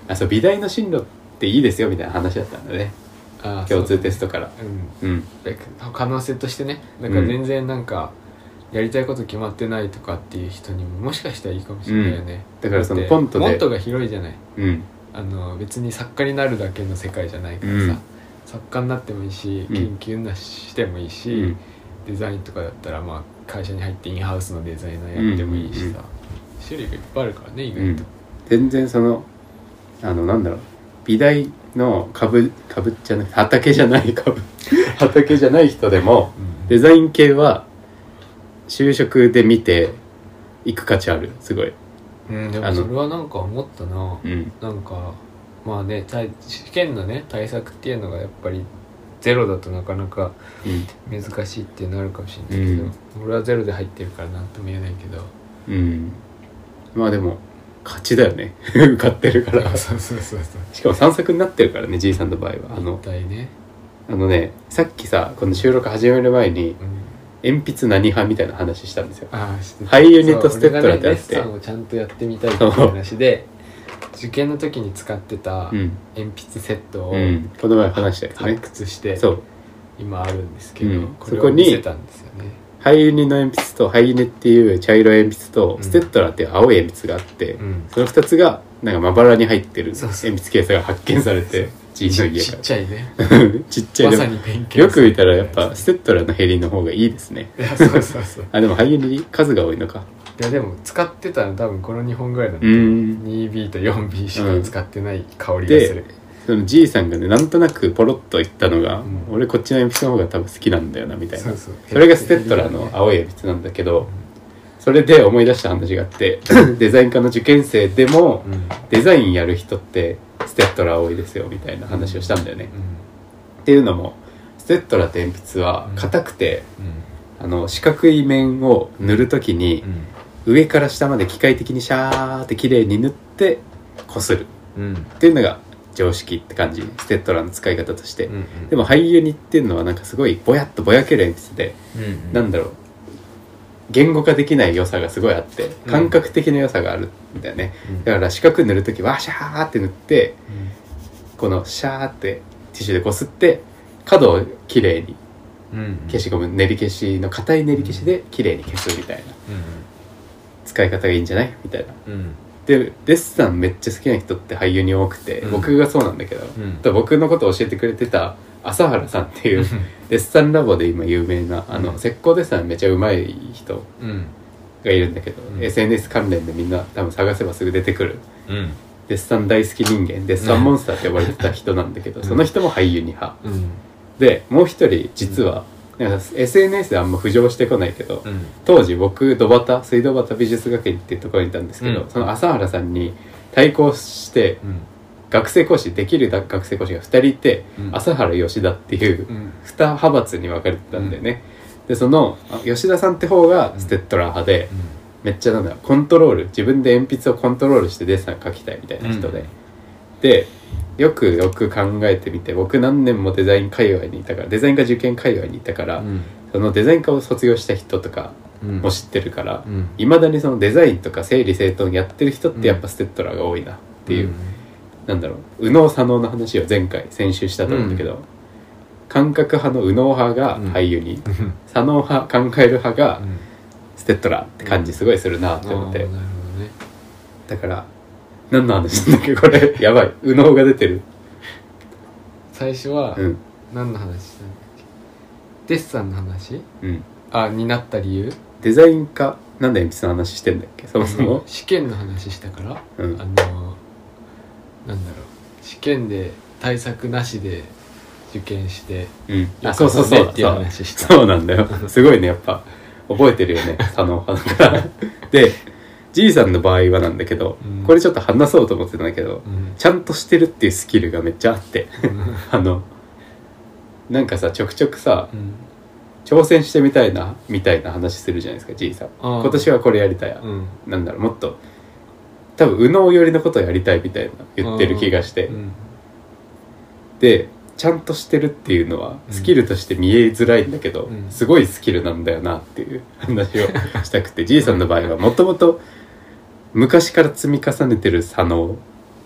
あそう美大の進路っていいですよみたいな話だったんだね。 あ共通テストからうん、 うん、 可能性としてね。だから全然なんかやりたいこと決まってないとかっていう人にももしかしたらいいかもしれないよね、 うん、だからそのポンとでモントが広いじゃない、 うん、 あの別に作家になるだけの世界じゃないからさ、うん、作家になってもいいし研究なしてもいいし、うん、デザインとかだったらまあ会社に入ってインハウスのデザイナーやってもいいしさ、うんうんうん、種類がいっぱいあるからね意外と、うん、 全然そのあのなんだろう美大の株株じゃなくて畑じゃない株畑じゃない人でも、うん、デザイン系は就職で見ていく価値あるすごい、 うん、でもそれはなんか思ったな、 うん、 なんかまあね試験のね対策っていうのがやっぱりゼロだとなかなか難しいってなるかもしれないけど、うん、俺はゼロで入ってるからなんとも言えないけど、 うん、まあでも勝ちだよね受かってるからそうそうそうそうしかもさんさくになってるからねじいさんの場合はあのねあのねさっきさこの収録始める前に、うん、鉛筆何派みたいな話したんですよ。 あハイユニットステッドラってあって、 レッスンをちゃんとやってみたいっていう話で受験の時に使ってた鉛筆セットを、うん、 この前話したよね発掘してそう今あるんですけど、 うん、 これを見せたんですよね。 ハイユニの鉛筆とハイユニっていう茶色い鉛筆と、うん、ステッドラっていう青い鉛筆があって、うん、そのふたつがなんかまばらに入ってる鉛筆ケースが発見されてG の家からちっちゃいねちっちゃいでも、ま、よく見たらやっぱステッドラのヘリの方がいいですね。 いやそうそうそうあでもハイユニ数が多いのか。 いやでも使ってたの多分このにほんぐらいだった。 にビー と よんビー しか使ってない香りがする、 うん、でその G さんがねなんとなくポロッと言ったのが、うん、俺こっちの鉛筆の方が多分好きなんだよなみたいな。そうそうそれがステッドラの青い鉛筆なんだけど、うん、それで思い出した話があってデザイン科の受験生でも、うん、デザインやる人ってステッドラ多いですよみたいな話をしたんだよね、うんうん、っていうのもステッドラって鉛筆は硬くて、うん、あの四角い面を塗るときに、うん、上から下まで機械的にシャーって綺麗に塗ってこする、うん、っていうのが常識って感じステッドラの使い方として、うんうん、でもハイユニっていうのはなんかすごいぼやっとぼやける鉛筆で、うんうん、なんだろう言語化できない良さがすごいあって感覚的な良さがあるんだよね、うん、だから四角塗るときはシャーって塗って、うん、このシャーってティッシュでこすって角をきれいに消しゴム練り消しの硬い練り消しできれいに消すみたいな、うん、使い方がいいんじゃないみたいな、うん、でデッサンめっちゃ好きな人って俳優に多くて、うん、僕がそうなんだけど、うん、僕のことを教えてくれてた朝原さんっていうデッサンラボで今有名なあの、うん、石膏デッサンめちゃうまい人がいるんだけど、うん、エスエヌエス 関連でみんな多分探せばすぐ出てくる、うん、デッサン大好き人間デッサンモンスターって呼ばれてた人なんだけど、うん、その人も俳優に派、うん、でもう一人実は、うん、なんか エスエヌエス であんま浮上してこないけど、うん、当時僕ドバタ水道端美術学院っていうところにいたんですけど、うん、その朝原さんに対抗して、うん学生講師できる学生講師がふたりいて、うん、朝原吉田っていうに派閥に分かれてたんだよね、うん、でその吉田さんって方がステッドラー派で、うん、めっちゃなんだコントロール自分で鉛筆をコントロールしてデッサン描きたいみたいな人で、うん、でよくよく考えてみて僕何年もデザイン界隈にいたからデザイン科受験界隈にいたから、うん、そのデザイン科を卒業した人とかも知ってるからいま、うん、だにそのデザインとか整理整頓やってる人ってやっぱステッドラーが多いなっていう、うんなんだろう右脳左脳の話を前回先週したと思うんだけど、うん、感覚派の右脳派が俳優に、うん、左脳派考える派がステッドラーって感じすごいするなって思って、うんなるほどね、だから何の話なんだっけこれやばい右脳が出てる最初は、うん、何の話したんだっけデッサンの話、うん、あになった理由デザイン科なんで鉛筆の話してんだっけそもそも、 うん、試験の話したから、うん、あのなんだろう試験で対策なしで受験して、うん、あそうそうそうっていう話したそうなんだよすごいねやっぱ覚えてるよね佐野派だからでじいさんの場合はなんだけど、うん、これちょっと話そうと思ってたんだけど、うん、ちゃんとしてるっていうスキルがめっちゃあってあのなんかさちょくちょくさ、うん、挑戦してみたいなみたいな話するじゃないですかじいさん今年はこれやりたい、うん、なんだろうもっと多分右脳寄りのことをやりたいみたいな言ってる気がして、うん、でちゃんとしてるっていうのはスキルとして見えづらいんだけど、うん、すごいスキルなんだよなっていう話をしたくてじいさんの場合はもともと昔から積み重ねてる左脳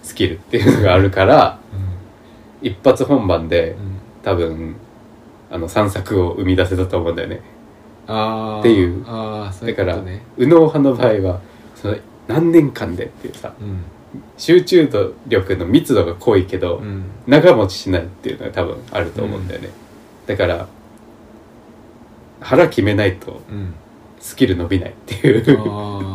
スキルっていうのがあるから、うん、一発本番で、うん、多分あの散策を生み出せたと思うんだよね。 あっていうあそういうこと、ね、 だから右脳派の場合はその何年間でっていうさ、うん、集中力の密度が濃いけど、うん、長持ちしないっていうのが多分あると思うんだよね、うん、だから腹決めないとスキル伸びないっていう、うん、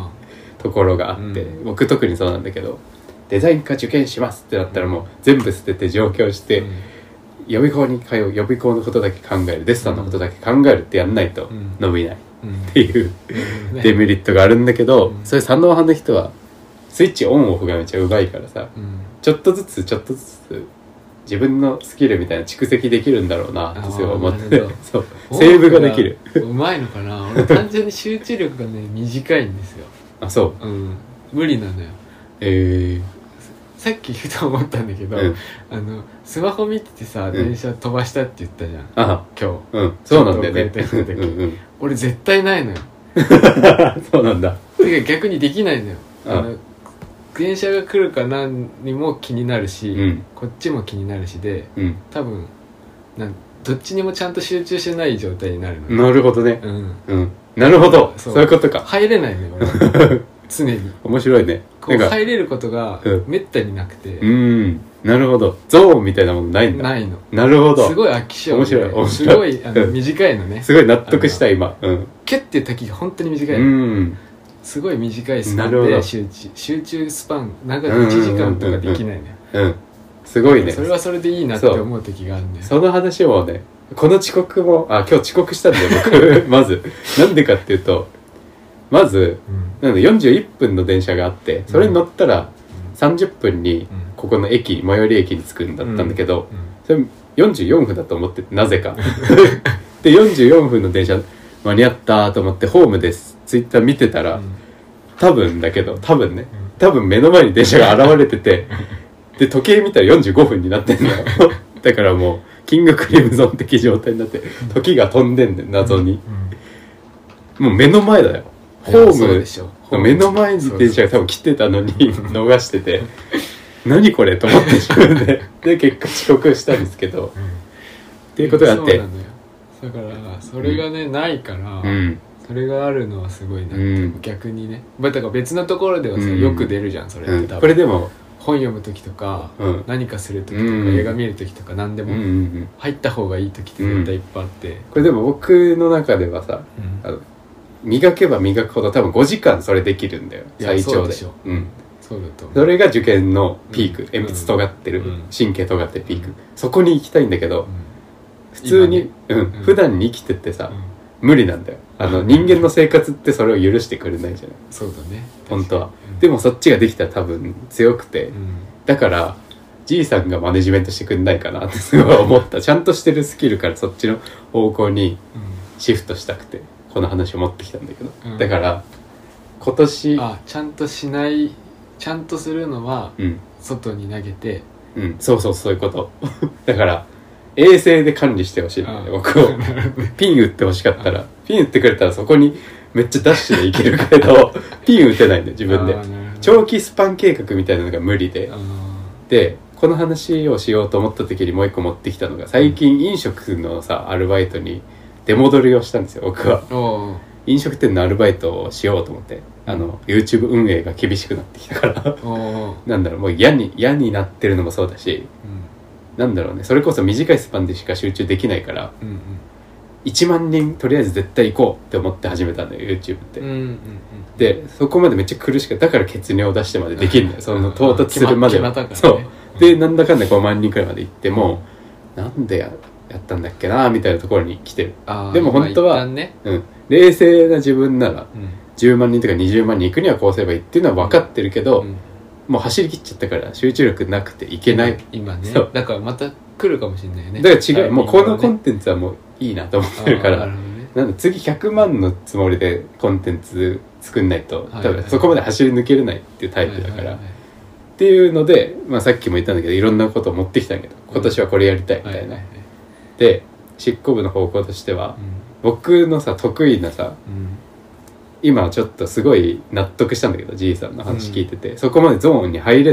ところがあって、うん、僕特にそうなんだけど、デザイン科受験しますってなったらもう全部捨てて上京して、うん、予備校に通う、予備校のことだけ考える、デッサンのことだけ考えるってやんないと伸びないっていう、うん、デメリットがあるんだけど、うん、それ左脳派の人はスイッチオンオフがめっちゃうまいからさ、うん、ちょっとずつちょっとずつ自分のスキルみたいな蓄積できるんだろうなってすごい思ってそうセーブができる。 うまいのかな。俺単純に集中力がね短いんですよ。 あ、そう、 うん、無理なのよ。 えー、 さっき言うと思ったんだけど、うん、あのスマホ見ててさ、電車飛ばしたって言ったじゃん、 あ今日、 うん、そうなんだよねうん、うん、俺絶対ないのよそうなんだ。 てか逆にできないのよ。あの電車が来るか何にも気になるし、うん、こっちも気になるしで、うん、多分なんどっちにもちゃんと集中してない状態になるの。 なるほどね、うんうん、なるほど、そう、そういうことか。 入れないのよ俺常に。 面白いね。 こう入れることがめったになくて、 うん、うんなるほど。ゾーンみたいなものないんだ。 ないの。 なるほど。 すごい飽き性で。 面白い。面白い。 すごいあの短いのね。 すごい納得した今。うん。 キュッていう時が本当に短いの。うん。すごい短いスパンで集中集中スパン長くいちじかんとかできないね。 うん。すごいね。 それはそれでいいなって思う時があるんだよ。 その話もね、この遅刻もあ今日遅刻したんだよ僕まずなんでかっていうと、まず、うん、なんでよんじゅういっぷんの電車があってそれに乗ったらさんじゅっぷんにここの駅最寄り駅に着くんだったんだけど、うんうん、それよんじゅうよんぷんだと思っててなぜかでよんじゅうよんぷんの電車間に合ったと思ってホームですツイッター見てたら、うん、多分だけど多分ね多分目の前に電車が現れててで時計見たらよんじゅうごふんになってんのよだからもうキングクリムゾン的状態になって時が飛んでんねん謎に、もう目の前だよ。ホームの目の前に電車が多分来てたのに逃してて何これと思ってしまうんでで結果遅刻したんですけど、うん、っていうことがあって、 そうなのよ。だからそれがね、うん、ないから、うん、それがあるのはすごいなって、うん、逆にね。だから別のところではさ、うん、よく出るじゃんそれって、多分これでも本読む時とか、うん、何かする時とか、うん、映画見る時とか何でも入った方がいい時って絶対いっぱいあって、うん、 これでも僕の中ではさ、うん、あの磨けば磨くほど多分ごじかんそれできるんだよ最長で。 そうでしょ、うん、そうだと思う。 それが受験のピーク、うん、鉛筆尖ってる、うん、神経尖ってるピーク、うん、そこに行きたいんだけど、うん、普通に、ねうん、普段に生きてってさ、うん、無理なんだよ。あの、うん、人間の生活ってそれを許してくれないじゃない。 そうだね本当は、うん、でもそっちができたら多分強くて、うん、だからじいさんがマネジメントしてくんないかなってすごい思ったちゃんとしてるスキルからそっちの方向にシフトしたくてこの話を持ってきたんだけど、うん、だから今年あちゃんとしないちゃんとするのは外に投げて、 うん、うん、そうそうそういうことだから衛星で管理してほしいんだよね僕をピン打ってほしかったらピン打ってくれたらそこにめっちゃダッシュでいけるけどピン打てないんだよ自分で。長期スパン計画みたいなのが無理で、でこの話をしようと思った時にもう一個持ってきたのが最近飲食のさアルバイトに出戻りをしたんですよ僕は。飲食店のアルバイトをしようと思ってあの YouTube 運営が厳しくなってきたからなんだろうもう嫌に嫌になってるのもそうだし、うん、なんだろうねそれこそ短いスパンでしか集中できないから、うんうん、いちまんにんとりあえず絶対行こうって思って始めたんだよ YouTube って、うんうんうん、でそこまでめっちゃ苦しかった。だから血尿を出してまでできるんだよその到達するまでは、ね、そうでなんだかんだごまんにんくらいまで行っても、うん、なんで や, やったんだっけなみたいなところに来てる。でも本当は、ねうん、冷静な自分なら、うん、じゅうまんにんとかにじゅうまんにん行くにはこうすればいいっていうのは分かってるけど、うん、もう走り切っちゃったから集中力なくていけない、うん、 今ねだからまた来るかもしれないよね。 だから違う、もうこのコンテンツはもういいなと思ってるから、ね、なんで次ひゃくまんのつもりでコンテンツ作んないと、はいはい、多分そこまで走り抜けれないっていうタイプだから、はいはいはい、っていうので、まあ、さっきも言ったんだけどいろんなことを持ってきたんだけど今年はこれやりたいみたいな、はいはいはい、で執行部の方向としては、うん、僕のさ得意なさ、うん、今ちょっとすごい納得したんだけどじいさんの話聞いてて、うん、そこまでゾーンに入れない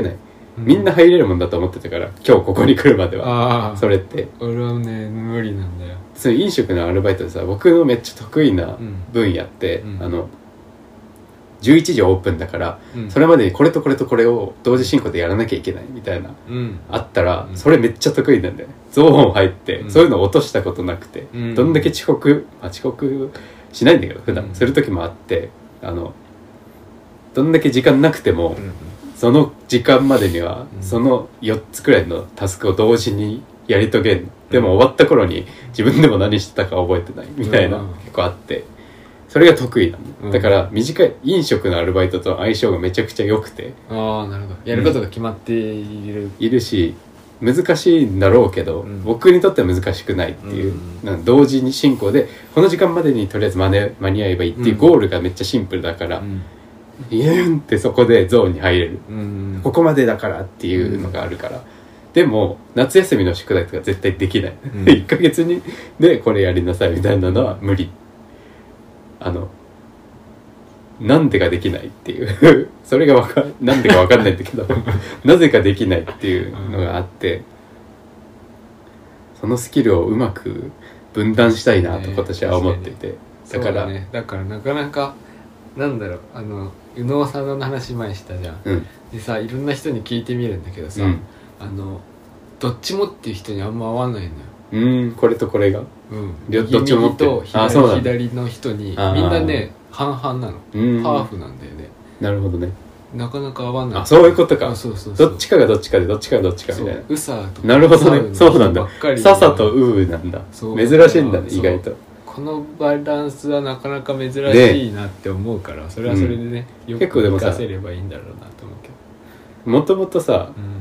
みんな入れるもんだと思ってたから今日ここに来るまでは。 あそれって俺はね無理なんだよ。 その飲食のアルバイトでさ、僕のめっちゃ得意な分野って、 うん、 あのじゅういちじオープンだから、 うん、 それまでにこれとこれとこれを同時進行でやらなきゃいけないみたいな、 うん、 あったら、 うん、 それめっちゃ得意なんだよね。ゾーン入って、うん、そういうの落としたことなくて、うん、どんだけ遅刻、まあ、遅刻しないんだけど普段、うん、する時もあって、あのどんだけ時間なくても、うん、その時間までには、うん、そのよっつくらいのタスクを同時にやり遂げる。でも終わった頃に自分でも何してたか覚えてないみたいな、うん、結構あって、それが得意なの、うん、だから短い飲食のアルバイトと相性がめちゃくちゃ良くて。 ああなるほど。やることが決まっている、うん、 いるし難しいんだろうけど、うん、僕にとっては難しくないっていう、うん、なんか同時に進行でこの時間までにとりあえず間に間に合えばいいっていうゴールがめっちゃシンプルだから、うん、イエーンってそこでゾーンに入れる、うん、ここまでだからっていうのがあるから、うん、でも夏休みの宿題とか絶対できない、うん、いっかげつにでこれやりなさいみたいなのは無理。あのなんでかできないっていうそれがわかなんでかわかんないんだけどなぜかできないっていうのがあって、そのスキルをうまく分断したいなと今年は思ってて、だからだね、だからなかなかなんだろう、あの右脳さんの話前したじゃん、うん、でさいろんな人に聞いてみるんだけどさ、うん、あのどっちもっていう人にあんま合わないのよ。 うんこれとこれが、 うん、 どっちも右と左、左の人にみんなね半々なの、うん、ハーフなんだよね。 なるほどね。 なかなか合わない。 あそういうことか。 そうそうそう、 どっちかがどっちかでどっちかがどっちかみたいな。 ウサとなるほどね。そうなんだ。ササとウーなんだ。珍しいんだね意外と。 このバランスはなかなか珍しいなって思うから、ね、それはそれでね、うん、よく活かせればいいんだろうなと思うけど。 もともとさ、うん、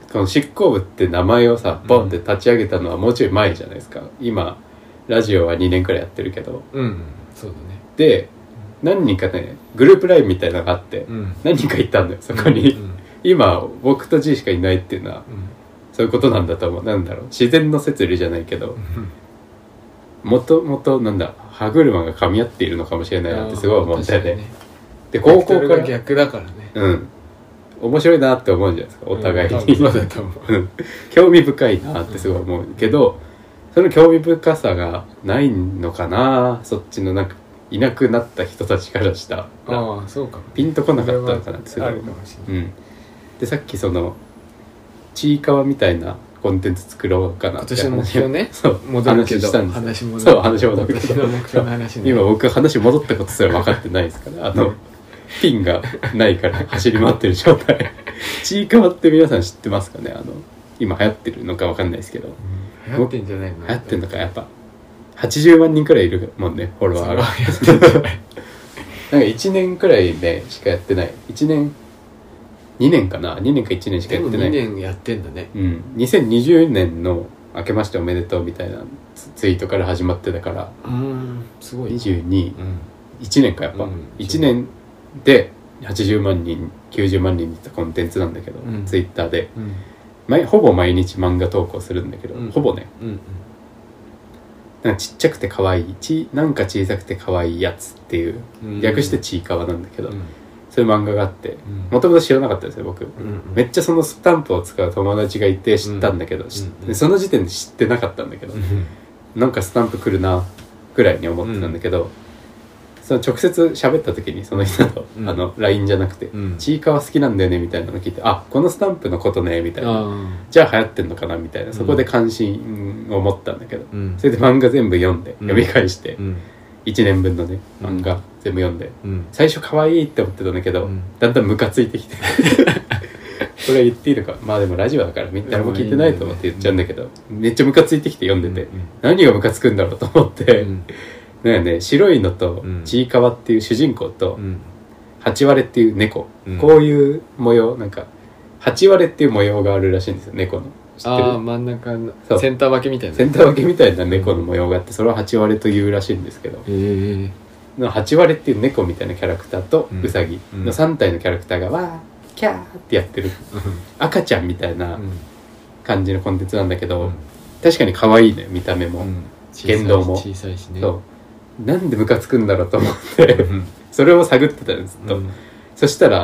この執行部って名前をさボンって立ち上げたのはもうちょい前じゃないですか。今ラジオはにねんくらいやってるけど、 うん、そうだね。 で何人かねグループラインみたいなのがあって、うん、何人かいたんだよそこに、うんうん、今僕と G しかいないっていうのは、うん、そういうことなんだと思う。なんだろう、自然の摂理じゃないけど、もともとなんだ歯車が噛み合っているのかもしれないなってすごい思ったよね。で高校から逆だからね、 うん面白いなって思うんじゃないですかお互いに、 うん、そうだと思う興味深いなってすごい思うけど、その興味深さがないのかな、そっちのなんかいなくなった人たちからしたら。 ああそうか、 ピンとこなかったのかなってすごい思う。うん、でさっきそのちいかわみたいなコンテンツ作ろうかなって今年の目標ねそう戻るけど話したんです。 話戻るそう話戻るけど今年の目標の話、ね、 今僕話戻ったことすら分かってないですからあのピンがないから走り回ってる状態ちいかわって皆さん知ってますかね。あの今流行ってるのか分かんないですけど、 うん、流行ってんじゃないの。 流行ってんのか。やっぱはちじゅうまんにんくらいいるもんねフォロワーがなんかいちねんくらいでしかやってない。いちねんにねんかなにねんかいちねんしかやってない。 でもにねんやってんだね。 うんにせんにじゅうねんの明けましておめでとうみたいなツイートから始まってたから、 うんすごいにじゅうに、うん、いちねんかやっぱ、うん、いちねんではちじゅうまんにんきゅうじゅうまんにんにいったコンテンツなんだけど、うん、ツイッターで、うん毎ほぼ毎日漫画投稿するんだけど、うん、ほぼね、うんうん、なんかちっちゃくて可愛いちなんか小さくて可愛いやつっていう、うん、略してちいかわなんだけど、うん、そういう漫画があってもともと知らなかったですよ僕、うんうん、めっちゃそのスタンプを使う友達がいて知ったんだけど、うんうん、その時点で知ってなかったんだけど、うん、なんかスタンプ来るなぐらいに思ってたんだけど、うんその直接喋った時にその人と、うん、あの ライン じゃなくて、うん、ちいかわ好きなんだよねみたいなの聞いて、あこのスタンプのことねみたいな、じゃあ流行ってんのかなみたいな、そこで関心を持ったんだけど、うん、それで漫画全部読んで、読み返して、うん、いちねんぶんのね漫画全部読んで、うん、最初可愛いって思ってたんだけど、うん、だんだんムカついてきてこれは言っていいのか、まあでもラジオだから誰も聞いてないと思って言っちゃうんだけど、めっちゃムカついてきて読んでて、何がムカつくんだろうと思って、なんかね、白いのとちいかわっていう主人公と、うん、はち割れっていう猫、うん、こういう模様なんかはち割れっていう模様があるらしいんですよ猫の。知ってる？ あ真ん中のセンター分けみたいなセンター分けみたいな猫の模様があって、それははち割れというらしいんですけど、 へえはち割れっていう猫みたいなキャラクターとウサギのさん体のキャラクターがわーキャーってやってる赤ちゃんみたいな感じのコンテンツなんだけど、うん、確かに可愛いね見た目も、うん、言動も小さいしね。 そうなんでムカつくんだろうと思ってそれを探ってたんですずっと、うん、そしたら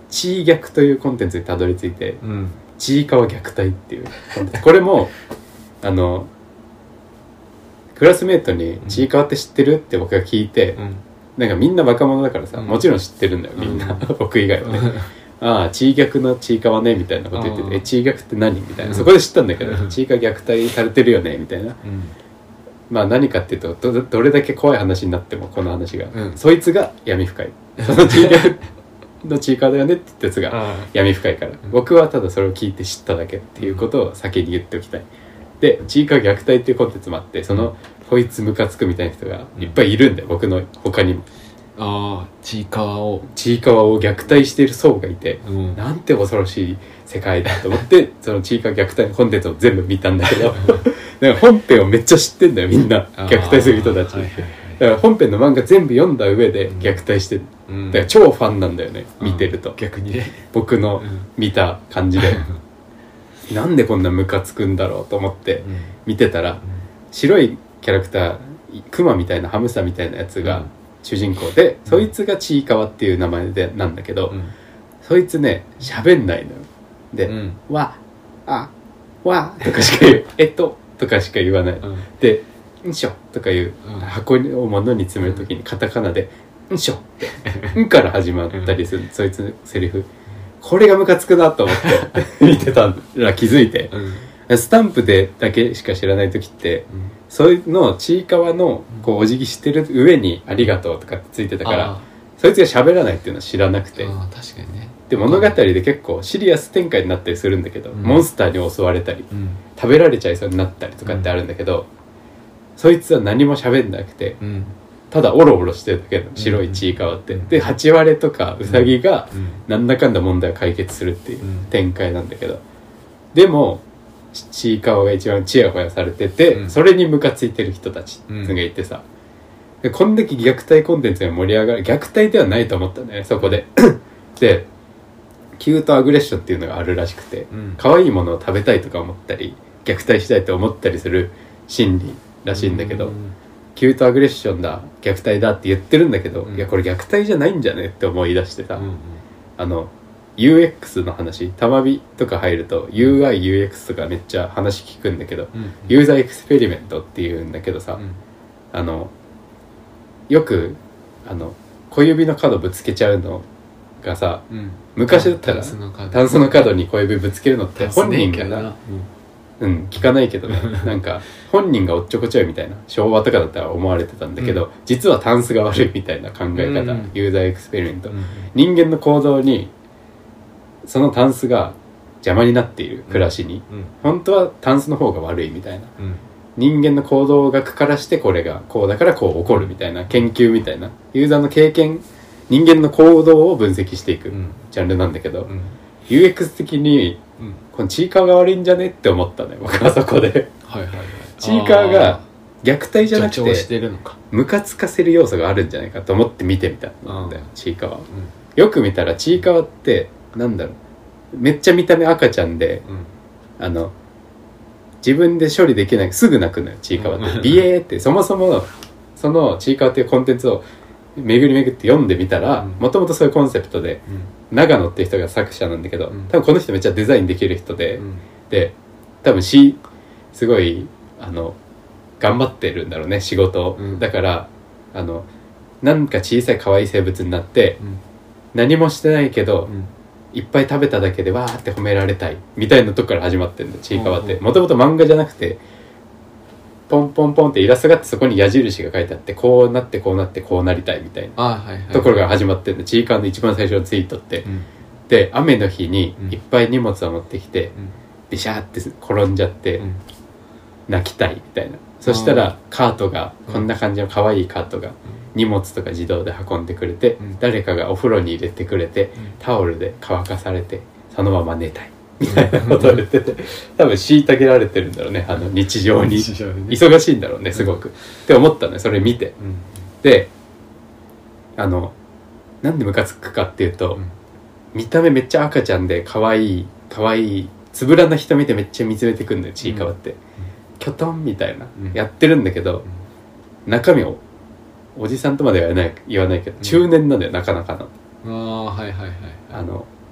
ちい逆というコンテンツにたどり着いて、 うん、 ちいかわ虐待っていうコンテンツこれもあのクラスメートにちいかわって知ってるって僕が聞いて、うん、なんかみんな若者だからさ、うん、もちろん知ってるんだよみんな、うん、僕以外はねああちい逆のちいかわねみたいなこと言ってて、えちい逆って何みたいな、そこで知ったんだけど、ちいかわ虐待されてるよねみたいな、うん、まあ何かっていうと ど, どれだけ怖い話になってもこの話が、うん、そいつが闇深いそのちい逆のちいかわだよねって言ったやつが闇深いから、うん、僕はただそれを聞いて知っただけっていうことを先に言っておきたい。でちいかわ虐待っていうコンテンツもあって、その、うん、こいつムカつくみたいな人がいっぱいいるんだよ、うん、僕の他にも。 ああちいかわをちいかわを虐待している層がいて、うん、なんて恐ろしい世界だと思ってそのちいかわ虐待のコンテンツを全部見たんだけどだから本編をめっちゃ知ってんだよみんな、虐待する人たち、はいはいはい、だから本編の漫画全部読んだ上で虐待してる、うん、だから超ファンなんだよね、うん、見てると逆にね僕の見た感じで、うん、なんでこんなムカつくんだろうと思って見てたら、うん、白いキャラクタークマみたいなハムスターみたいなやつが、うん主人公で、うん、そいつがちいかわっていう名前でなんだけど、うん、そいつね喋んないのよで、うん、わあわとかしか言うえっととかしか言わない、うん、でんしょとかいう、うん、箱を物に詰めるときにカタカナでんしょってんから始まったりする、うん、そいつのセリフこれがムカつくなと思って見てたら気づいて、うん、スタンプでだけしか知らないときって、うんそういうのちいかわのこうお辞儀してる上にありがとうとかってついてたから、そいつが喋らないっていうのは知らなくて、 あ確かにね。 で物語で結構シリアス展開になったりするんだけど、うん、モンスターに襲われたり、うん、食べられちゃいそうになったりとかってあるんだけど、うん、そいつは何も喋んなくて、うん、ただオロオロしてるだけの白いちいかわって、うん、でハチワレとかウサギがなんだかんだ問題を解決するっていう展開なんだけど、でもちいかわが一番チヤホヤされてて、うん、それにムカついてる人たちがいてさ、うん、こんだけ虐待コンテンツが盛り上がる虐待ではないと思ったんだよねそこででキュートアグレッションっていうのがあるらしくて、うん、可愛いものを食べたいとか思ったり虐待したいと思ったりする心理らしいんだけど、うん、キュートアグレッションだ虐待だって言ってるんだけど、うん、いやこれ虐待じゃないんじゃねって思い出してさ、うん、あのユーエックス の話たまびとか入ると ユーアイユーエックス とかめっちゃ話聞くんだけど、うんうん、ユーザーエクスペリメントっていうんだけどさ、うん、あのよくあの小指の角ぶつけちゃうのがさ、うん、昔だったらタンスの角に小指ぶつけるのって本人がな、うん、うん、聞かないけどねなんか本人がおっちょこちょいみたいな昭和とかだったら思われてたんだけど、うん、実はタンスが悪いみたいな考え方、うん、ユーザーエクスペリメント、うん、人間の行動にそのタンスが邪魔になっている暮らしに、うんうん、本当はタンスの方が悪いみたいな、うん、人間の行動学からしてこれがこうだからこう起こるみたいな研究みたいなユーザーの経験人間の行動を分析していくジャンルなんだけど、うん、ユーエックス 的に、うん、このちいかわが悪いんじゃねって思ったのよ僕はそこではいはい、はい、ちいかわが虐待じゃなくてムカつかせる要素があるんじゃないかと思って見てみたんだよちいかわ、うん、よく見たらちいかわってなんだろうめっちゃ見た目赤ちゃんで、うん、あの自分で処理できないすぐ泣くのよちいかわって、うん、ビエーってそもそもそのちいかわっていうコンテンツを巡り巡って読んでみたらもともとそういうコンセプトで、うん、長野っていう人が作者なんだけど、うん、多分この人めっちゃデザインできる人で、うん、で多分しすごいあの頑張ってるんだろうね仕事を、うん、だからあのなんか小さい可愛い生物になって、うん、何もしてないけど、うんいっぱい食べただけでわーって褒められたいみたいなとこから始まってるんだちいかわってもともと漫画じゃなくてポンポンポンってイラストがあってそこに矢印が書いてあってこうなってこうなってこうなりたいみたいなところが始まってるんだちいかわの一番最初のツイートって、うん、で雨の日にいっぱい荷物を持ってきて、うん、ビシャーって転んじゃって、うん、泣きたいみたいなそしたらカートがこんな感じの可愛いカートが、うん荷物とか自動で運んでくれて、うん、誰かがお風呂に入れてくれて、うん、タオルで乾かされてそのまま寝たいみたいなことを言ってて多分虐げられてるんだろうねあの日常に忙しいんだろうねすごく、うん、って思ったねそれ見て、うん、であのなんでムカつくかっていうと、うん、見た目めっちゃ赤ちゃんで可愛い可愛いつぶらな人見てめっちゃ見つめてくんだよちいかわって、うん、キョトンみたいな、うん、やってるんだけど、うん、中身をおじさんとまでは言わない、言わないけど、うん、中年なんだよなかなかのああはいはいはいあの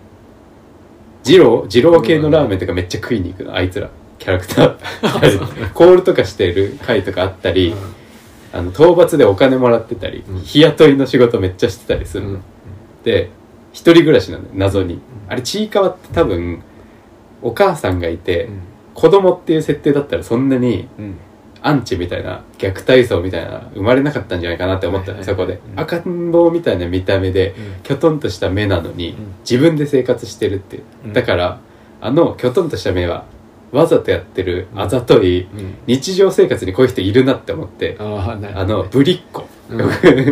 二郎二郎系のラーメンとかめっちゃ食いに行くのあいつらキャラクターコールとかしてる回とかあったり、うん、あの討伐でお金もらってたり、うん、日雇いの仕事めっちゃしてたりするの、うん、で一人暮らしなの謎に、うん、あれちいかわって多分お母さんがいて、うん、子供っていう設定だったらそんなに、うん、アンチみたいな虐待層みたいな生まれなかったんじゃないかなって思ったの、はいはいはい、そこで、うん、赤ん坊みたいな見た目で、うん、きょとんとした目なのに、うん、自分で生活してるっていう、うん、だからあのきょとんとした目はわざとやってるあざとい、うん、日常生活にこういう人いるなって思って、うん、あ, あのぶりっ子、うん、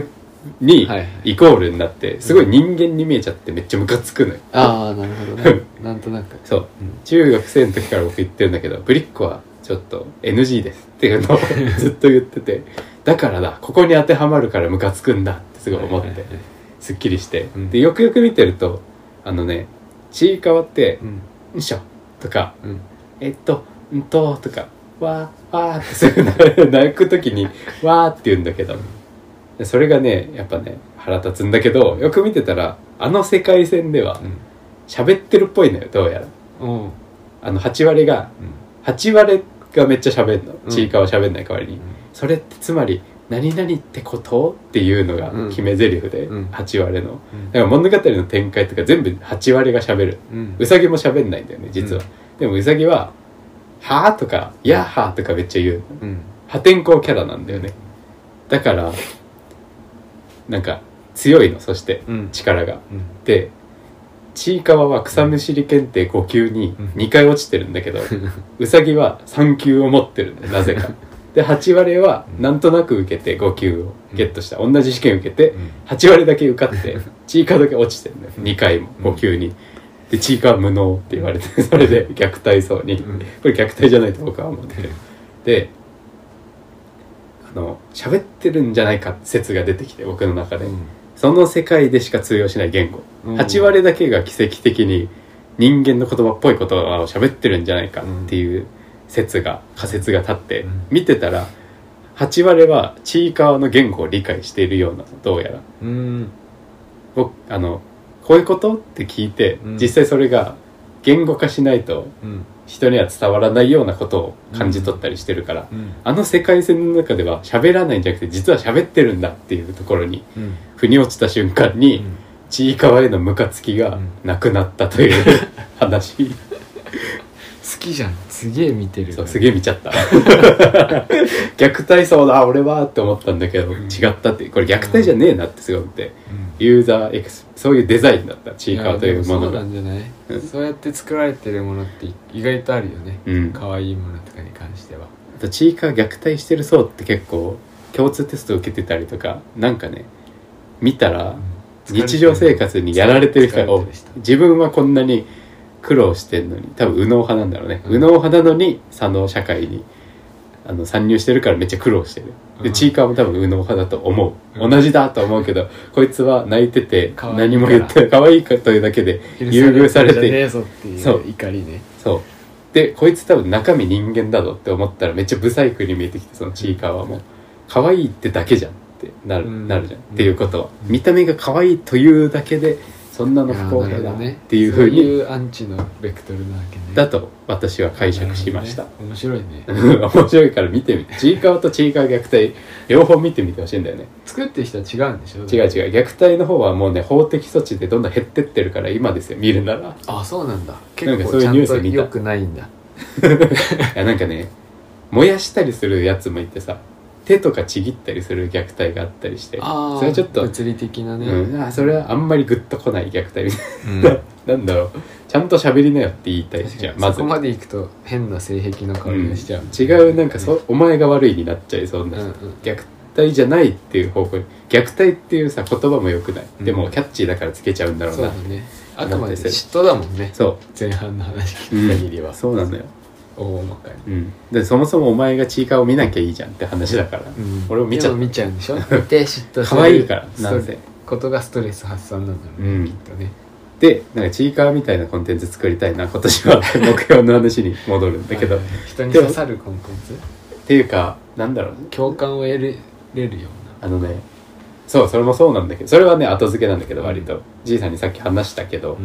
にイコールになってすごい人間に見えちゃってめっちゃムカつくのよ、 うん、ああなるほどねなんとなくそう、うん、中学生の時から僕言ってるんだけどぶりっ子はちょっと エヌジー ですっていうのをずっと言っててだからだここに当てはまるからムカつくんだってすごい思ってすっきりして、うん、でよくよく見てるとあのねちいかわって「ん、んしょ」とか、うんえっと、んととか、わー、わーってすぐ泣くときに、わーって言うんだけど、それがね、やっぱね、腹立つんだけど、よく見てたら、あの世界線では、喋ってるっぽいのよ、どうやら。うん、あの、はち割が、うん、はち割がめっちゃ喋んの。ちいかわ喋んない代わりに。うん、それってつまり、何々ってことっていうのが決め台詞で、うん、はち割の。だから物語の展開とか全部はち割が喋る。うん、うさぎも喋んないんだよね、実は。うんでもうさぎは「はぁ?」とか「やっはー」とかめっちゃ言う、うん、破天荒キャラなんだよねだからなんか強いのそして力が、うん、でちいかわは草むしり検定ご級ににかい落ちてるんだけど、うん、うさぎはさん級を持ってるんだよなぜかではち割はなんとなく受けてご級をゲットした、うん、同じ試験受けて、うん、はち割だけ受かってちいかわだけ落ちてるんだよにかいもご級に、でちいかわ無能って言われてそれで虐待そうに、うん、これ虐待じゃないと僕は思ってるであの喋ってるんじゃないか説が出てきて僕の中で、うん、その世界でしか通用しない言語、うん、はち割だけが奇跡的に人間の言葉っぽい言葉を喋ってるんじゃないかっていう説が仮説が立って、うん、見てたらはち割はちいかわの言語を理解しているようなどうやら、うん、僕あのこういうことって聞いて、うん、実際それが言語化しないと人には伝わらないようなことを感じ取ったりしてるから、うんうん、あの世界線の中では喋らないんじゃなくて実は喋ってるんだっていうところに、うん、腑に落ちた瞬間に、うん、ちいかわへのムカつきがなくなったという、うん、話好きじゃんすげえ見てる、ね、 そうすげえ見ちゃった虐待そうだ俺はって思ったんだけど、うん、違ったってこれ虐待じゃねえなってすごい思って、うん、ユーザーエクスそういうデザインだったちいかわというものがそうなんじゃない、うん、そうやって作られてるものって意外とあるよね、うん、可愛いものとかに関してはあとちいかわ虐待してる層って結構共通テスト受けてたりとかなんかね見たら、うん、日常生活にやられてる人が自分はこんなに苦労してんのに多分右脳派なんだろうね、うん、右脳派なのに左脳社会にあの参入してるからめっちゃ苦労してるで、うん、ちいかわも多分右脳派だと思う、うん、同じだと思うけどこいつは泣いてて何も言って可愛いかというだけで優遇されてねえぞっていう怒りねそうでこいつ多分中身人間だぞって思ったらめっちゃブサイクに見えてきてそのちいかわも可愛いってだけじゃんってなる、うん、なるじゃん、うん、っていうことは、うん、見た目が可愛いというだけでそんなの不公平だっていうふうに、 ね、そういうアンチのベクトルなわけねだと私は解釈しました、 ね、面白いね面白いから見てみてちいかわとちいかわ虐待両方見てみてほしいんだよね作ってる人は違うんでしょ違う違う虐待の方はもうね法的措置でどんどん減ってってるから今ですよ見るならあそうなんだ結構ちゃんと良くないんだいやなんかね燃やしたりするやつもいてさ手とかちぎったりする虐待があったりしてあそれはちょっと物理的なね、 うん、あそれはあんまりグッとこない虐待みたいな、うん、なんだろうちゃんと喋りなよって言いたいじゃんまずそこまでいくと変な性癖の香りがしちゃう、 うん、違うなんかそ、ね、お前が悪いになっちゃいそうな、うんうん、虐待じゃないっていう方向に虐待っていうさ言葉もよくない、うん、でもキャッチーだからつけちゃうんだろうな、 そうだねあくまで嫉妬だもんねそう前半の話聞く限りは、 うん、そうなのよ大まかに、 うん、でそもそもお前がちいかわを見なきゃいいじゃんって話だから、うん、俺も見ちゃう見ちゃうんでしょ見て嫉妬可愛いからなんせことがストレス発散なんだろうね、うん、きっとねでなんかちいかわみたいなコンテンツ作りたいな今年は目標の話に戻るんだけど、はいはい、 人に刺さるコンテンツっていうかなんだろう、ね、 共感を得れるようなあのねそうそれもそうなんだけどそれはね後付けなんだけど割と、うん、じいさんにさっき話したけど、うん、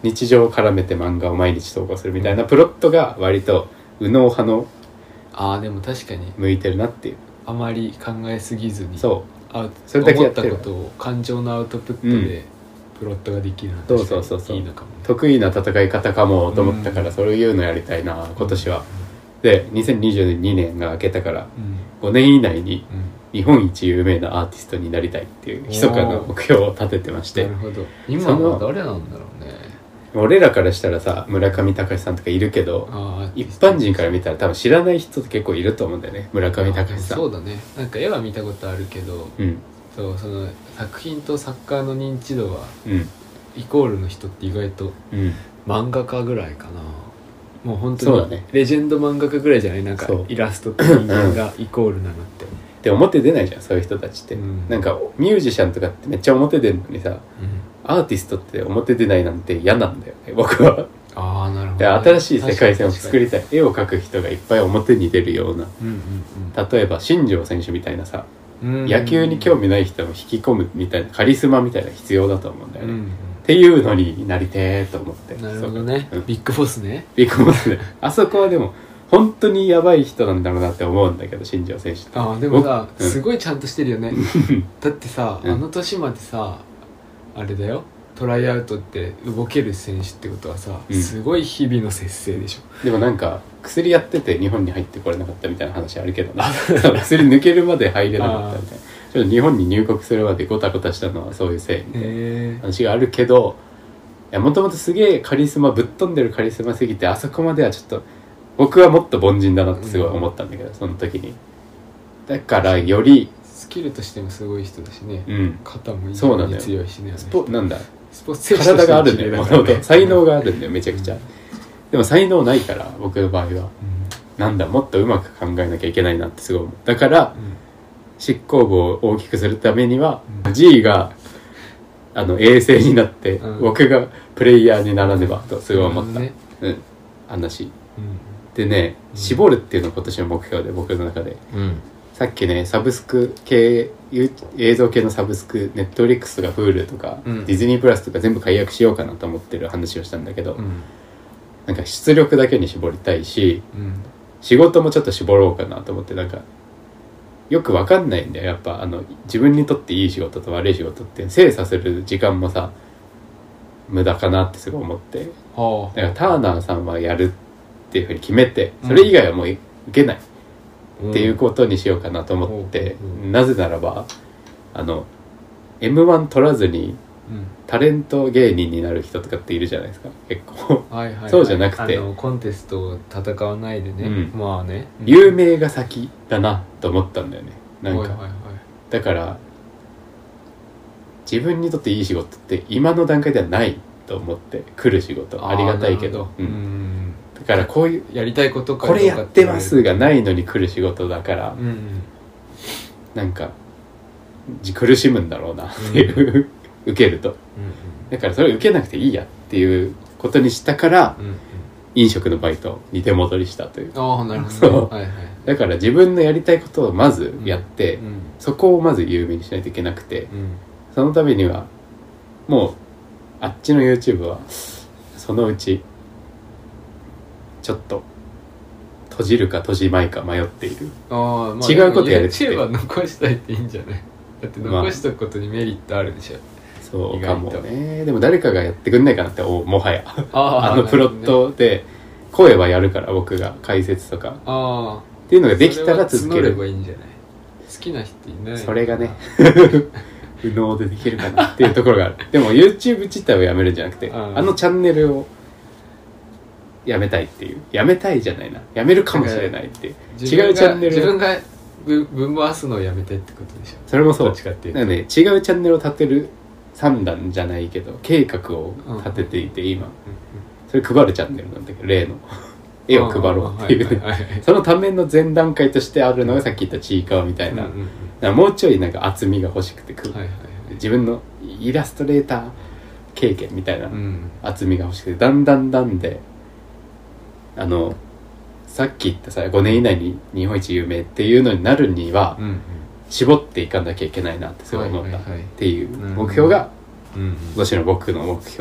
日常を絡めて漫画を毎日投稿するみたいなプロットが割と右脳派のああでも確かに向いてるなっていう。 あまり考えすぎずにそうあそれだけやってる思ったことを感情のアウトプットでプロットができるのはそう確かそうそうそうにいいのかもね。 得意な戦い方かもと思ったから、 うんそういうのやりたいな今年は。でにせんにじゅうにねんが明けたからうんごねん以内にうん日本一有名なアーティストになりたいっていう密かな目標を立ててまして、 なるほど。今は誰なんだろうね。 俺らからしたらさ村上隆さんとかいるけどあ一般人から見たら多分知らない人って結構いると思うんだよね。村上隆さん。 そうだね。なんか絵は見たことあるけど、 うんそうその作品と作家の認知度はうんイコールの人って意外とうん漫画家ぐらいかな。もう本当にそうだねレジェンド漫画家ぐらいじゃないなんかそうイラストと人間がイコールなのって。 で表出ないじゃんそういう人たちって、 うんなんかミュージシャンとかってめっちゃ表出るのにさアーティストって表出ないなんて嫌なんだよね僕は。 ああなるほでど、ね。 新しい世界線を作りたい。 たい。絵を描く人がいっぱい表に出るような、 うんうん例えば新庄選手みたいなさ、 うんうん、 野球に興味ない人も引き込むみたいなカリスマみたいなの必要だと思うんだよね、 うんうんっていうのになりてーと思って。 なるほどね、 そううんビッグボスね。 ビッグボスねあそこはでも本当にやばい人なんだろうなって思うんだけど新庄選手って。 ああでもさ、 うんすごいちゃんとしてるよねだってさ、 うんあの年までさあれだよトライアウトって動ける選手ってことはさ、 うんすごい日々の節制でしょ。 でもなんか薬やってて日本に入ってこれなかったみたいな話あるけどね薬抜けるまで入れなかったみたいな、ちょっと日本に入国するまでゴタゴタしたのはそういうせいみたいなへ話があるけど、いやもともとすげえカリスマぶっ飛んでるカリスマすぎてあそこまではちょっと僕はもっと凡人だなってすごい思ったんだけど、その時にだからよりスキルとしてもすごい人だしね、 うん肩もいいそうなんだよ強いしねスポなんだスポーツ選手として体があるんだよもともと才能が、 があるんだよめちゃくちゃ、でも才能ないから僕の場合はなんだもっとうまく考えなきゃいけないなってすごい思う。だから執行部を大きくするためには、 うん G があの衛星になって、 うん僕がプレイヤーにならねばとすごい思った、 なるうん話うんでね、 うん絞るっていうのが今年の目標で僕の中で、 うんさっきねサブスク系映像系のサブスクネットフリックスとか Hulu とか、 うんディズニープラスとか全部解約しようかなと思ってる話をしたんだけど、 うんなんか出力だけに絞りたいしうん仕事もちょっと絞ろうかなと思って、なんかよくわかんないんだよやっぱあの自分にとっていい仕事と悪い仕事って精査する時間もさ無駄かなってすごい思って、 はだからターナーさんはやるっていうふうに決めてそれ以外はもう受けないっていうことにしようかなと思って、 うんなぜならばあの エムワン 取らずにうんタレント芸人になる人とかっているじゃないですか結構はいはいはい、 そうじゃなくてあのコンテストを戦わないでね、 うんまあね、うん有名が先だなと思ったんだよね。なんか、 はいはいはいだから自分にとっていい仕事って今の段階ではないと思って来る仕事ありがたいけど、うあーなるほんんだからこういうやりたいことかこれやってますがないののに来る仕事だから、 うんうんなんかじ苦しむんだろうなっていう、受けるとだからそれ受けなくていいやっていうことにしたからうんうん飲食のバイトに手戻りしたという。 ああなるほど、ね、 そうはいはいだから自分のやりたいことをまずやって、 うんそこをまず有名にしないといけなくて、 うんそのためにはもうあっちの YouTube はそのうちちょっと閉じるか閉じまいか迷っている。 ああ、まあ、 違うことやれって YouTube は残したいっていいんじゃないだって残しとくことにメリットあるでしょ、 そう意外とかもね。でも誰かがやってくんないかなっておもはやああのプロットで声はやるから僕が解説とかああっていうのができたら続けそれは募れる。 ばいいんじゃない好きな人いないそれがね右脳でできるかなっていうところがある。でも YouTube 自体をやめるんじゃなくて、 うんあのチャンネルをやめたいっていう、やめたいじゃないな、やめるかもしれないっていう自分が違うチャンネル自分がぶ分回すのをやめてってことでしょ。 それもそうどっちかっていうとだからね、違うチャンネルを立てる算段じゃないけど計画を立てていて、今それ配るチャンネルなんだけど例の絵を配ろうっていうね、 はいはいはいはいそのための前段階としてあるのがさっき言ったちいかわみたいな、 うんうんうんだからもうちょいなんか厚みが欲しくてく、 はいはいはい自分のイラストレーター経験みたいなうん厚みが欲しくて、だんだんだんであのさっき言ったさごねん以内に日本一有名っていうのになるには、 うん絞っていかなきゃいけないなってすごい思ったっはいはいはいていう目標がうんうん今年の僕の目標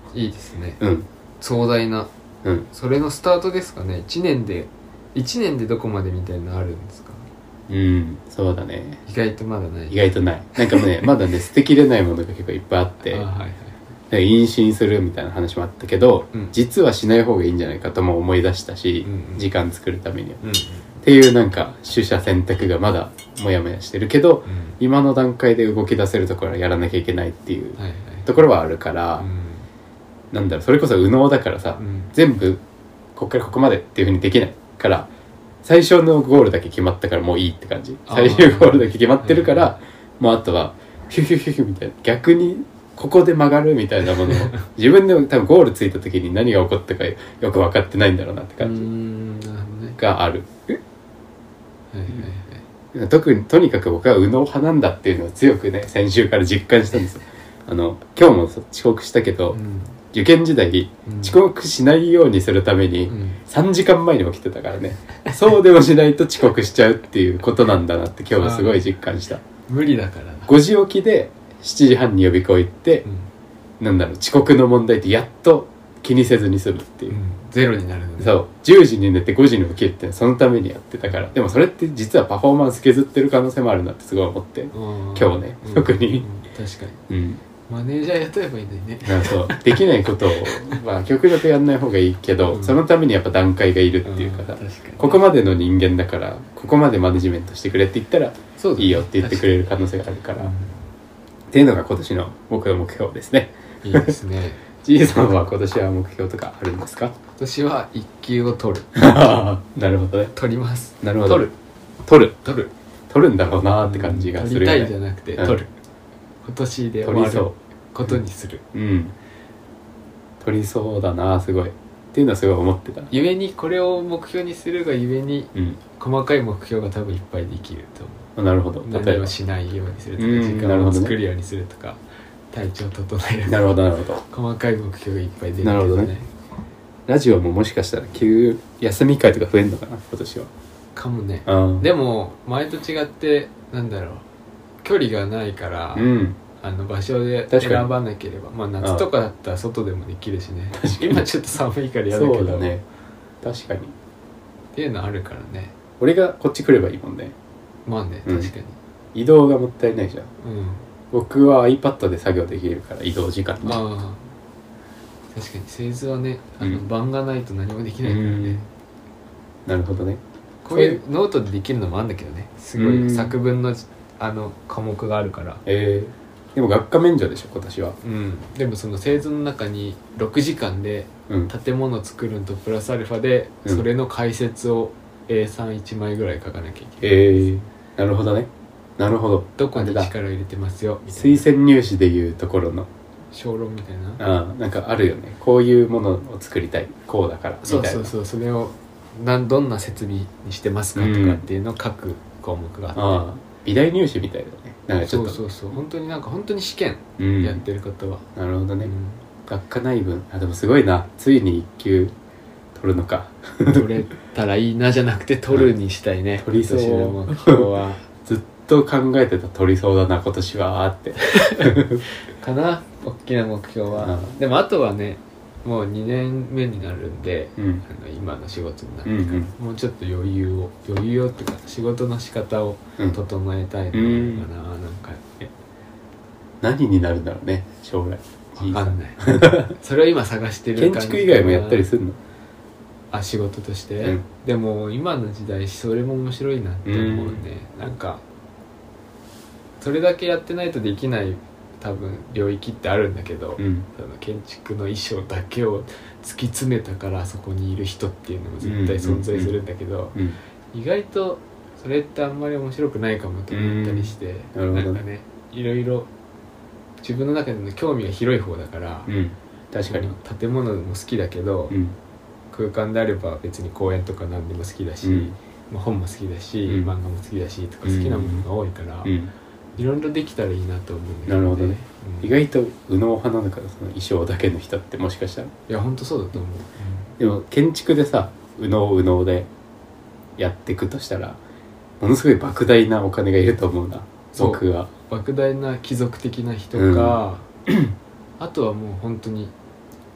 いいですね。 うん壮大な、 うん、 それのスタートですかね。いちねんでいちねんでどこまでみたいなのあるんですか。 うんそうだね。 意外とまだない。 意外とない。なんかねまだね捨てきれないものが結構いっぱいあってあ、はいはい、 妊娠するみたいな話もあったけど、うん、実はしない方がいいんじゃないかとも思い出したし、うんうん、時間作るためには、うんうん、っていうなんか取捨選択がまだモヤモヤしてるけど、うん、今の段階で動き出せるところはやらなきゃいけないっていうところはあるから、はいはい、なんだろう、それこそ右脳だからさ、うん、全部ここからここまでっていう風にできないから最初のゴールだけ決まったからもういいって感じ。最終ゴールだけ決まってるから、はいはい、もうあとはヒュヒュヒュヒュみたいな、逆にここで曲がるみたいなものを自分でも多分ゴールついた時に何が起こったかよく分かってないんだろうなって感じがある。はいはいはい、特にとにかく僕は右脳派なんだっていうのを強くね先週から実感したんですよ。あの今日も遅刻したけど、うん、受験時代、うん、遅刻しないようにするためにさんじかんまえに起きてたからね、うん、そうでもしないと遅刻しちゃうっていうことなんだなって今日はすごい実感した。 無理だからな。 ごじ起きでしちじはんに予備校行って、うん、なんだろう、遅刻の問題ってやっと気にせずに済むっていう、うん、 ゼロになるのね。 そう、じゅうじに寝てごじに起きるってそのためにやってたから。でもそれって実はパフォーマンス削ってる可能性もあるなってすごい思って、今日ね、うん、特に、うん、 確かに、うん、マネージャー雇えばいいのにね。 そうできないことをまあ極力やんない方がいいけど、うん、そのためにやっぱ段階がいるっていうかさ、うん、ここまでの人間だからここまでマネジメントしてくれって言ったら、そうだね、いいよって言ってくれる可能性があるから、っていうのが今年の僕の目標ですね。 いいですね。 じいさんは今年は目標とかあるんですか？今年は一級を取る。 なるほどね。 取ります。 なるほど。 取る。 取る。 取る。 取るんだろうなって感じがするよね。 取りたいじゃなくて、うん、取る。今年で終わることにする。うん。うん、 取りそうだな、すごい。っていうのはすごい思ってた。 ゆえにこれを目標にするがゆえに、うん、細かい目標が多分いっぱいできると思う。 なるほど。 何をしないようにするとか、時間を作るようにするとか、体調を整える。 なるほどなるほど。 細かい目標がいっぱい出る、 ね。なるほどね。ラジオももしかしたら休休み会とか増えるのかな今年は。 かもね。でも前と違ってなんだろう、距離がないから、うん、あの場所で選ばなければ、まあ夏とかだったら外でもできるしね。今ちょっと寒いから嫌だけど。そうだね。 確かに。 っていうのあるからね。 俺がこっち来ればいいもんね。 まあね、確かに、 うん、移動がもったいないじゃん、うん、僕は iPad で作業できるから移動時間に。ああ確かに製図はね、あの、うん、盤がないと何もできないからね。 なるほどね。 こういうノートでできるのもあるんだけどね、すごい作文のあの科目があるから。 えー、でも学科免除でしょ今年は。 うん、でもその製図の中にろくじかんで建物作るのとプラスアルファでそれの解説を エースリーいち 枚ぐらい書かなきゃいけない。 えーなるほどね。なるほど。 どこに力を入れてますよみたいな。推薦入試でいうところの小論みたいな。 ああなんかあるよね。こういうものを作りたい、こうだからみたいな。 そうそうそう、それをなんどんな設備にしてますかとかっていうのを書く項目があって、うん、ああ美大入試みたいだね。なんかちょっとそうそうそう、本当になんか本当に試験やってる方は、 うん、なるほどね、うん、学科内分。あでもすごいな、ついに一級取るのか。 取れたらいいなじゃなくて取るにしたいね、 うん、取りそう。目標はずっと考えてた、取りそうだな今年はってかな、大きな目標は、うん、でもあとはねもうにねんめになるんで、うん、あの今の仕事になってから、うんうん、もうちょっと余裕を余裕をっていうか仕事の仕方を整えたいのかな、うん、なんか、ね、 何になるんだろうね将来。 分かんないそれを今探してる感じ。建築以外もやったりするの？ あ仕事として、うん、でも今の時代それも面白いなって思うね、うん、なんかそれだけやってないとできない多分領域ってあるんだけど、うん、その建築の衣装だけを突き詰めたからそこにいる人っていうのも絶対存在するんだけど、うんうんうん、意外とそれってあんまり面白くないかもと思ったりして、うん、なんかねいろいろ自分の中での興味が広い方だから、うん、 確かに建物も好きだけど、うん、空間であれば別に公園とか何でも好きだし、うんまあ、本も好きだし、うん、漫画も好きだしとか好きなものが多いから、うん、いろいろできたらいいなと思うんだけど、ね、 なるほどね、うん、意外と右脳派なのかな、その衣装だけの人ってもしかしたら。 いや本当そうだと思う、 うん、でも建築でさ右脳右脳でやっていくとしたらものすごい莫大なお金がいると思うな僕は。 莫大な貴族的な人か、うん、あとはもう本当に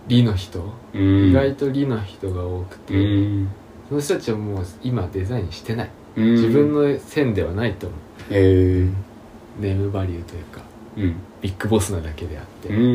理の人、 うん、 意外と理の人が多くて、 うん、 その人たちはもう今デザインしてない、 うん、 自分の線ではないと思う、 えー、 ネームバリューというか、 うん、 ビッグボスなだけであって、 うん、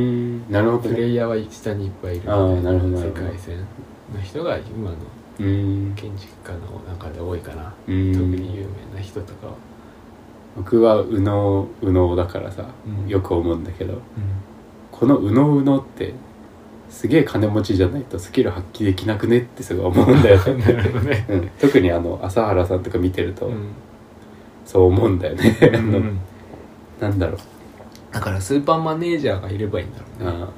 なるほどね、 プレイヤーは下にいっぱいいるあー、なるほど世界線の人が今の建築家の中で多いかな、うん、特に有名な人とかは。 僕は右脳右脳だからさ、うん、よく思うんだけど、うん、この右脳右脳ってすげえ金持ちじゃないとスキル発揮できなくねってすごい思うんだよねなるほどね、うん、特にあの朝原さんとか見てると、うん、そう思うんだよねあの、うん、なんだろう、 だからスーパーマネージャーがいればいいんだろうね。あ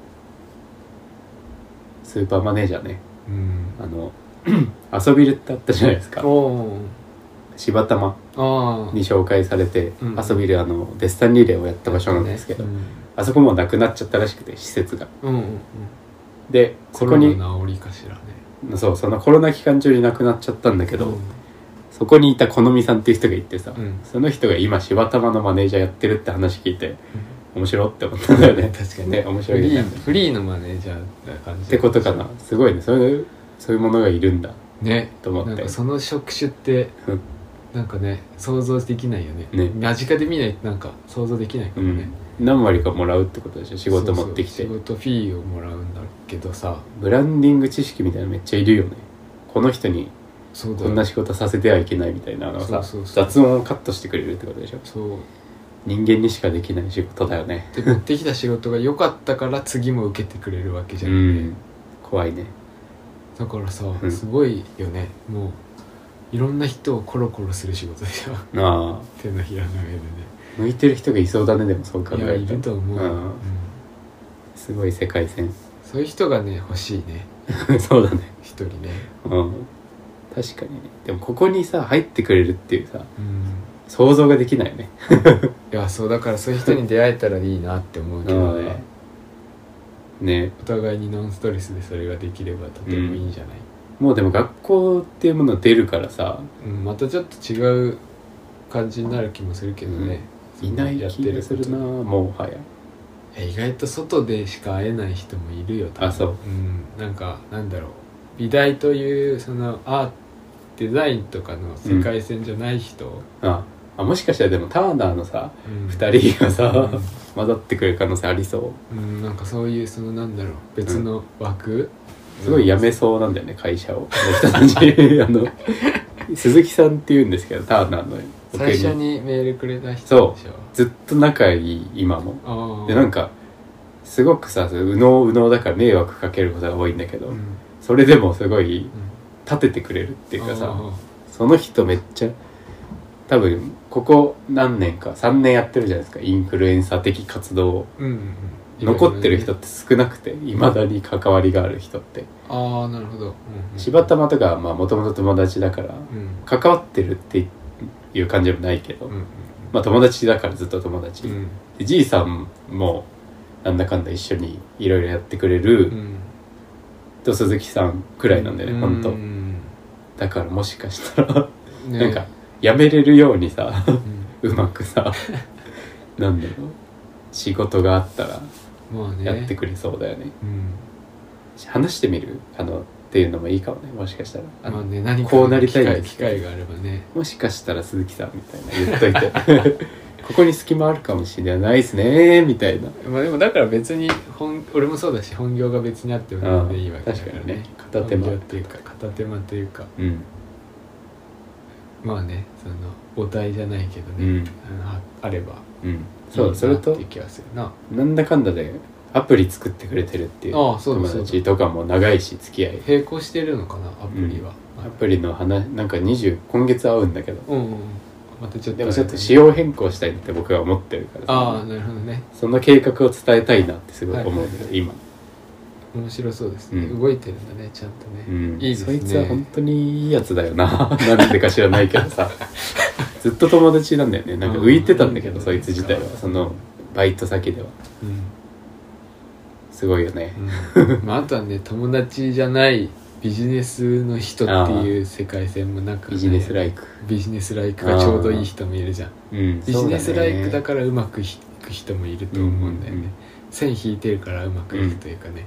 スーパーマネージャーね、うん、あの遊びるってあったじゃないですか。お柴玉に紹介されて、うん、遊びるあのデッサンリレーをやった場所なんですけど、ね、うん、あそこもなくなっちゃったらしくて施設が、うんうんうん、でそこにコロナ治りかしらね。 そうそのコロナ期間中になくなっちゃったんだけど、うん、そこにいたこのみさんっていう人がいてさ、うん、その人が今柴玉のマネージャーやってるって話聞いて、うん、面白って思ったんだよね確かにね、面白いね、 フリー、フリーのマネージャーって感じってことかな。すごいね、そういうそういうものがいるんだねと思って、 なんかその職種ってなんかね想像できないよね。ね、間近で見ないとなんか想像できないからね、 うん、何割かもらうってことでしょ、仕事持ってきて。 そうそう、仕事フィーをもらうんだけどさ、 ブランディング知識みたいなのめっちゃいるよね。この人にこんな仕事させてはいけないみたいなのをさ、そうそうそう、雑音をカットしてくれるってことでしょ。そう、人間にしかできない仕事だよね。 で持ってきた仕事が良かったから次も受けてくれるわけじゃんね、うん、 怖いね。 だからさ、うん、すごいよね。もういろんな人をコロコロする仕事でしょ。あ手のひらの上でね。 向いてる人がいそうだね。でもそう考えると、いやいると思う、うん、 すごい世界線。 そういう人がね欲しいねそうだね、 一人ね、 うん、確かにね。でもここにさ入ってくれるっていうさ、うん、想像ができないよねいやそうだからそういう人に出会えたらいいなって思うけどねね、 お互いにノンストレスでそれができればとてもいいんじゃない、 うん、もうでも学校っていうもの出るからさ、 うん、またちょっと違う感じになる気もするけどね、 うん、いない気がするなもはや。 意外と外でしか会えない人もいるよ多分。 あ、そう、 うん、なんかなんだろう、美大というそのアートデザインとかの世界線じゃない人、 うん、ああ、もしかしたらでもターナーのさ、うん、ふたりがさ、うん、混ざってくる可能性ありそう、 うん、なんかそういうそのなんだろう別の枠、 うん、すごい辞めそうなんだよね会社を人たちあの鈴木さんっていうんですけど、ターナーの最初にメールくれた人でしょ。 そうずっと仲いい今もで、なんかすごくさ右脳右脳だから迷惑かけることが多いんだけど、うん、それでもすごい立ててくれるっていうかさ、うん、その人めっちゃ多分ここ何年かさんねんやってるじゃないですか、インフルエンサー的活動を、うんうんうん、残ってる人って少なくて、いまだに関わりがある人って。 ああなるほど、うんうん、 柴玉とかもともと友達だから、うん、関わってるっていう感じでもないけど、うんうん、まあ友達だからずっと友達、うん、でじいさんもなんだかんだ一緒にいろいろやってくれる、うん、と鈴木さんくらいなんだよね、うん、本当、うん、だからもしかしたら、ね、なんかやめれるようにさ、うん、うまくさなんだろう仕事があったらやってくれそうだよね、まあね、うん、話してみるあのっていうのもいいかもね、もしかしたらあの、 まあね、何かこうなりたい機会があればね、 もしかしたら鈴木さんみたいな言っといてここに隙間あるかもしれないですねみたいな。 まあでもだから別に本俺もそうだし本業が別にあっても全然いいわけだからね。 確かにね、片手間っていうか片手間というか、うん、まあねその母体じゃないけどね、うん、あ, あれば、うん、 そういいなそれとって気がするな。 なんだかんだでアプリ作ってくれてるっていう友達とかも長いし付き合い並行してるのかなアプリは、 うん、アプリの話なんかにじゅう今月会うんだけど、うんうん、 またちょっと、ね、 でもちょっと仕様変更したいって僕は思ってるから、 ああなるほどね、 その計画を伝えたいなってすごい思うんだけど、はいはいはい、今面白そうですね、うん、動いてるんだねちゃんとね、うん、いいですね。 そいつは本当にいいやつだよななんでか知らないけどさずっと友達なんだよね。なんか浮いてたんだけどそいつ自体はそのバイト先では、うん、すごいよね、 うんまあ、あとはね友達じゃないビジネスの人っていう世界線もなんか、ね、 ビジネスライクビジネスライクがちょうどいい人もいるじゃん、うん、ビジネスライクだからうまくいく人もいると思うんだよね、うんうんうん、線引いてるからうまくいくというかね、 うん、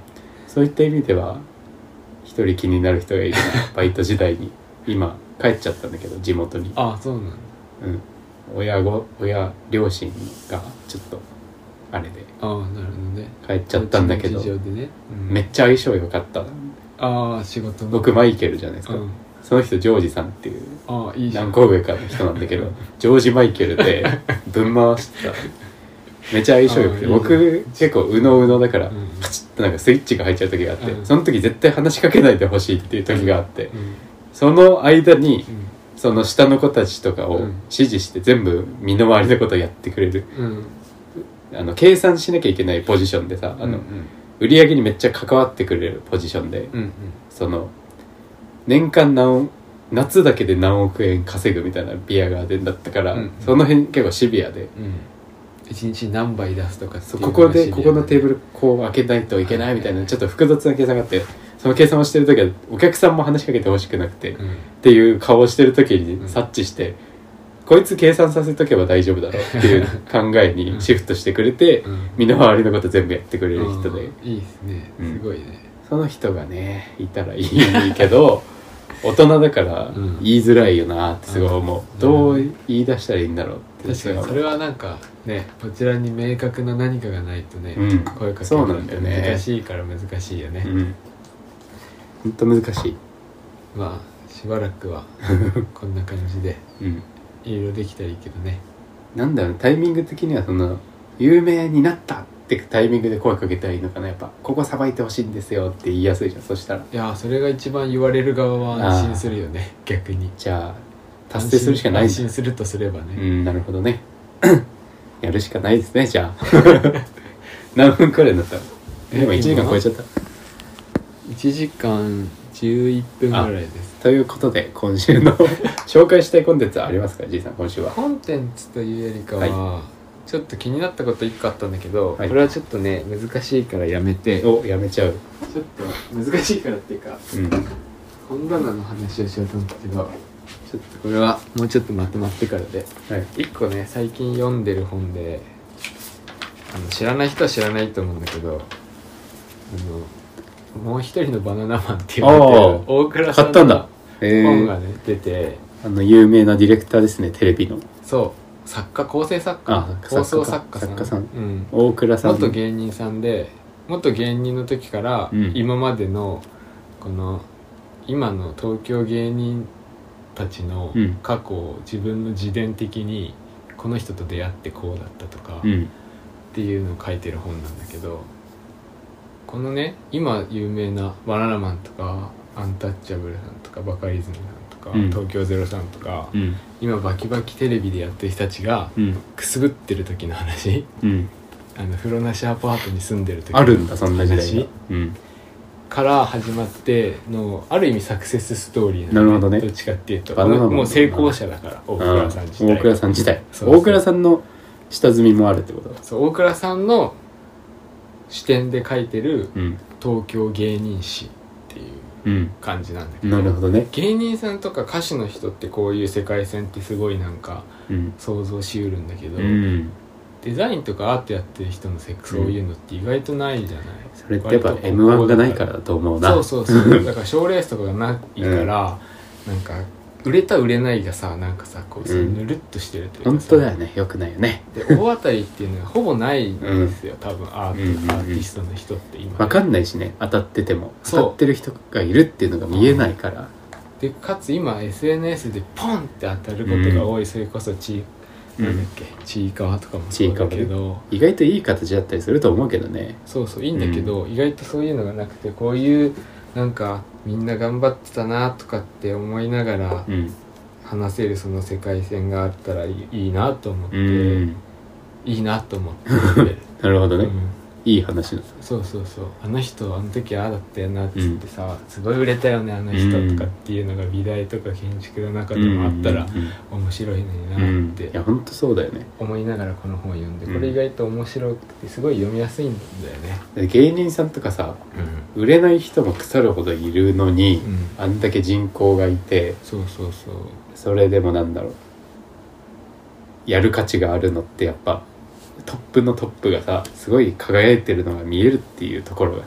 そういった意味では一人気になる人がいるなバイト時代に。今帰っちゃったんだけど地元に。 あそうなんだ。 うん親ご親両親がちょっとあれでああなるほどね。 帰っちゃったんだけど、 事情でね、うん、 めっちゃ相性良かった。 ああ仕事の僕マイケルじゃないですか、 うん、 その人ジョージさんっていうあいい何個上かの人なんだけどジョージマイケルでぶん回してた。めっちゃ相性良くて、僕結構うのうのだから、うん、パチッとなんかスイッチが入っちゃう時があって、うん、その時絶対話しかけないでほしいっていう時があって、うん、その間に、うん、その下の子たちとかを指示して全部身の回りのことをやってくれる、うん、あの計算しなきゃいけないポジションでさ、あの、うんうん、売り上げにめっちゃ関わってくれるポジションで、うんうん、その年間何夏だけで何億円稼ぐみたいなビアガーデンだったから、うんうん、その辺結構シビアで、うん、 いちにち何杯出すとかっていうここでここのテーブルこう開けないといけないみたいなちょっと複雑な計算があって、その計算をしてる時はお客さんも話しかけてほしくなくて、うん、っていう顔をしてる時に察知して、うん、こいつ計算させとけば大丈夫だろうっていう考えにシフトしてくれて、うん、身の回りのこと全部やってくれる人で、 いいですね、すごいね、 その人がねいたらいいけど大人だから言いづらいよなってすごい思う、うん、どう言い出したらいいんだろうって。 確かにそれはなんかねこちらに明確な何かがないとね、うん、声かけるのって難しいから難しいよね。 ほんと難しい。 まあしばらくはこんな感じでいろいろできたらいいけどね、 うん、なんだろうタイミング的にはその有名になったってタイミングで声かけたらいいのかな。やっぱここさばいてほしいんですよって言いやすいじゃん。そしたらいやそれが一番言われる側は安心するよね。逆にじゃあ達成するしかないんだ。 安心するとすればね。 うんなるほどねやるしかないですね。じゃあ何分くらいになったの？でもいちじかん超えちゃった。 いちじかんじゅういっぷんぐらいです。 ということで今週の紹介したいコンテンツはありますか、じいさん今週は。 コンテンツというよりかは、はい、ちょっと気になったこといっこあったんだけど、 はい、 これはちょっとね難しいからやめて。 おやめちゃう。 ちょっと難しいからっていうか、うん、本棚の話をしようと思ったけど、ちょっとこれはもうちょっとまとまってからで、はい、いっこね最近読んでる本で、あの知らない人は知らないと思うんだけど、あのもう一人のバナナマンっていう大倉さんの本がね出て、 あの有名なディレクターですね、テレビの。 そう作家構成作家放送作家さん、 作家さん、うん、大倉さん元芸人さんで、元芸人の時から今までのこの今の東京芸人たちの過去を自分の自伝的にこの人と出会ってこうだったとかっていうのを書いてる本なんだけど、このね今有名なバナナマンとかアンタッチャブルさんとかバカリズムさんとか、うん、東京ゼロさんとか、うん、今バキバキテレビでやってる人たちが、うん、くすぶってる時の話、うん、あの風呂なしアパートに住んでる時の話、 あるんだそんな時代が、うん、 から始まってのある意味サクセスストーリーなんで、 なるほどね、 どっちかっていうともう成功者だから大倉さん自体、 大倉さん自体そうそう大倉さんの下積みもあるってこと。 そう大倉さんの視点で書いてる東京芸人誌っていう感じなんだけど、 うん、なるほどね。 芸人さんとか歌手の人ってこういう世界線ってすごいなんか想像しうるんだけど、うん、デザインとかアートやってる人のせそういうのって意外とないじゃない、うん、 それってやっぱ エムワン がないからだと思うな。 そうそうそうだから賞レースとかがないから、うん、なんか売れた売れないがさなんかさこう、うん、ぬるっとしてるというか、 本当だよね、よくないよね。 で大当たりっていうのはほぼないんですよ、うん、多分アート、うんうんうん、アーティストの人って今、ね、 分かんないしね、当たってても当たってる人がいるっていうのが見えないから、 でかつ今 エスエヌエス でポンって当たることが多い、うん、それこそちなんだっけ、ちいかわとかもそうだけど、 意外といい形だったりすると思うけどね。 そうそういいんだけど、うん、意外とそういうのがなくて、こういうなんかみんな頑張ってたなとかって思いながら、うん話せるその世界線があったらい い, いいなと思って、うん、いいなと思ってなるほどね、うん、いい話のそうそうそうあの人あの時ああだったよなっつってさ、うん、すごい売れたよねあの人とかっていうのが美大とか建築の中でもあったら面白いのになって、うん、 いや本当そうだよね思いながらこの本を読んで、これ意外と面白くてすごい読みやすいんだよね。 芸人さんとかさ、うん、売れない人も腐るほどいるのに、うん、あんだけ人口がいて、 そうそうそうそれでもなんだろうやる価値があるのってやっぱトップのトップがさすごい輝いてるのが見えるっていうところがさ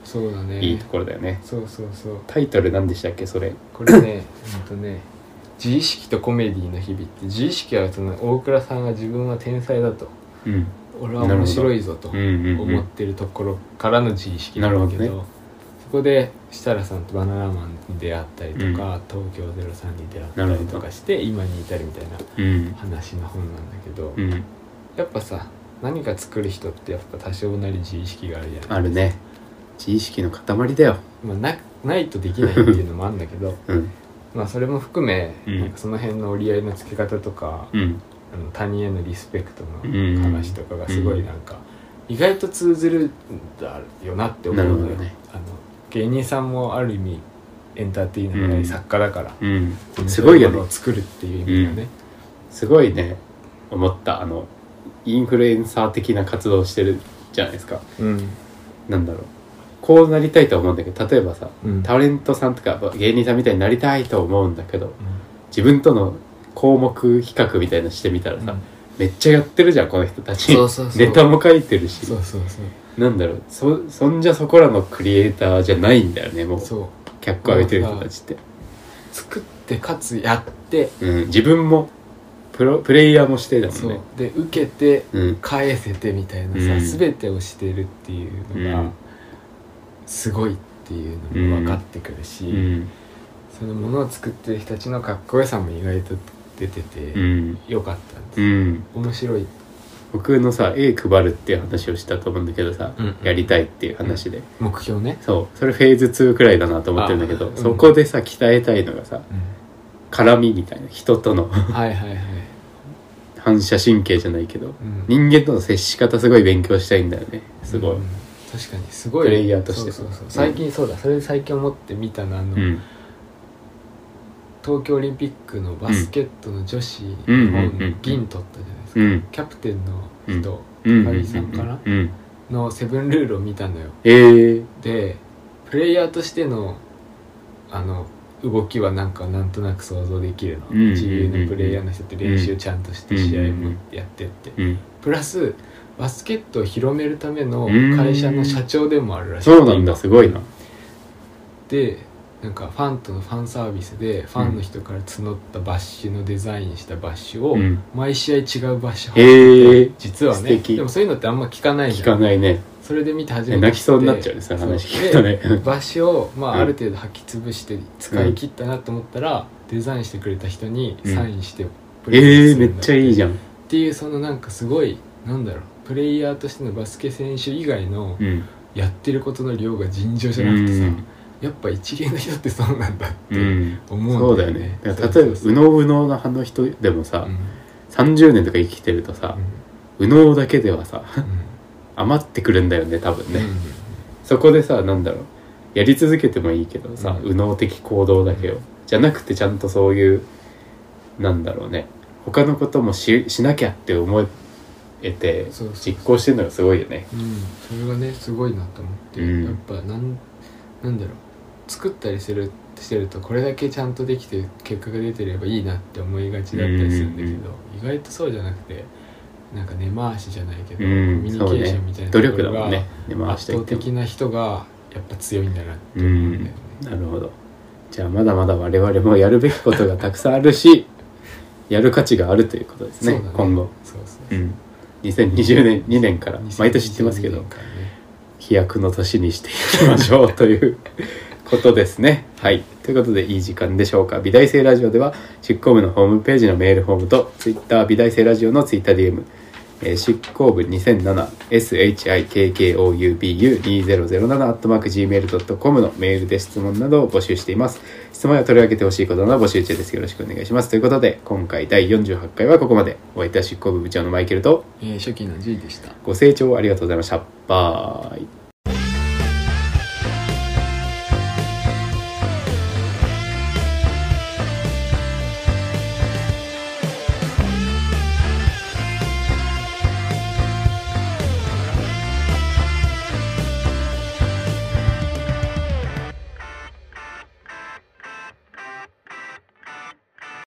そうだねいいところだよね。 そうそうそうタイトル何でしたっけそれ。 これねほんとね自意識とコメディの日々って、自意識はその大倉さんが自分は天才だと、 うん、 俺は面白いぞと思ってるところからの自意識なんだけど、 なるほどね、 そこで設楽さんとバナナマンに出会ったりとか、うん、東京ゼロさんに出会ったりとかして今に至るみたいな話の本なんだけど、うん、やっぱさ何か作る人ってやっぱ多少なり自意識があるじゃないですか。 あるね。自意識の塊だよ、 まあ、な, ないとできないっていうのもあるんだけど、うんまあ、それも含め、うん、なんかその辺の折り合いのつけ方とか、うん、あの他人へのリスペクトの話とかがすごいなんか、うん、意外と通ずるんだよなって思うのよ、ね、あの芸人さんもある意味エンターテイナーなり作家だから、うんうん、 すごいよね。 作るっていう意味がね、 うん、すごいね思った。あのインフルエンサー的な活動してるじゃないですか、うん、なんだろうこうなりたいと思うんだけど、例えばさ、うん、タレントさんとか芸人さんみたいになりたいと思うんだけど、うん、自分との項目比較みたいなしてみたらさ、うん、めっちゃやってるじゃんこの人たち。 そうそうそうネタも書いてるし、 そうそうそうなんだろう そ, そんじゃそこらのクリエイターじゃないんだよね。もうそう脚光浴びてる人たちって作ってかつやって、 うん、自分もプロプレイヤーもしてだもんね。 そうで受けて返せてみたいなさ、うん、全てをしてるっていうのが、うんすごいっていうのも分かってくるし、うん、そのものを作ってる人たちのかっこよさも意外と出てて、うん、よかったんです、うん、面白い。 僕のさ絵配るっていう話をしたと思うんだけどさ、うんうん、やりたいっていう話で、 うん、目標ね。 そうそれフェーズツーくらいだなと思ってるんだけど、うん、そこでさ鍛えたいのがさ、うん、絡みみたいな人とのはいはいはい反射神経じゃないけど、うん、人間との接し方すごい勉強したいんだよね。すごい、うん確かにすごいプレイヤーとしてそうそうそう最近そうだ、それで最近思ってみたのあの、うん、東京オリンピックのバスケットの女子日本銀取ったじゃないですか、うん、キャプテンの人高木、うん、さんかな、うん、のセブンルールを見たのよ、えー、でプレイヤーとしてのあの動きはなんかなんとなく想像できるの、うん、自由のプレイヤーの人って練習ちゃんとして試合もやってって、うん、プラスバスケットを広めるための会社の社長でもあるらしい。 そうなんだすごいな。 でなんかファンとのファンサービスでファンの人から募ったバッシュのデザインしたバッシュを毎試合違うバッシュ履いて、 実はねでもそういうのってあんま聞かないじゃん。 聞かないね。 それで見て初めて泣きそうになっちゃうねその話聞くとね。 バッシュを、まあ、ある程度履き潰して使い切ったなと思ったら、うん、デザインしてくれた人にサインしてプレゼントするんだって、うん、えー、めっちゃいいじゃんっていうそのなんかすごいなんだろうプレイヤーとしてのバスケ選手以外のやってることの量が尋常じゃなくてさ、うん、やっぱ一流の人ってそうなんだって思うんだよね、 うん、そうだよね。例えば右脳右脳のの人でもさ、うん、さんじゅうねんとか生きてるとさ、うん、右脳だけではさ、うん、余ってくるんだよね多分ね、うん、そこでさなんだろうやり続けてもいいけどさ、うん、右脳的行動だけを、うん、じゃなくてちゃんとそういうなんだろうね他のことも し, しなきゃって思えて実行してるのがすごいよね。 うん、それがねすごいなと思って、うん、やっぱなんなんだろう作ったりするしてるとこれだけちゃんとできて結果が出てればいいなって思いがちだったりするんだけど、うんうんうん、意外とそうじゃなくてなんか根回しじゃないけど、うん、コミュニケーションみたいなところが、ね、圧倒的な人がやっぱ強いんだなって思うんだよね、 うん、なるほど。じゃあまだまだ我々もやるべきことがたくさんあるしやる価値があるということです ね, ね今後そうそうそう、うん、にせんにじゅうねんにねんから毎年言ってますけど、ね、飛躍の年にしていきましょうということですね。はいということでいい時間でしょうか。美大生ラジオでは執行部のホームページのメールフォームとツイッター美大生ラジオのツイッター ディーエム、えー、執行部にせんなな シッコウブにせんなな アットマーク ジーメールドットコム のメールで質問などを募集しています。質問や取り上げてほしいことなど募集中です。よろしくお願いします。ということで今回だいよんじゅうはちかいはここまで。お相手は執行部部長のマイケルと、 えー、初期の G でした。 ご清聴ありがとうございました。バイ。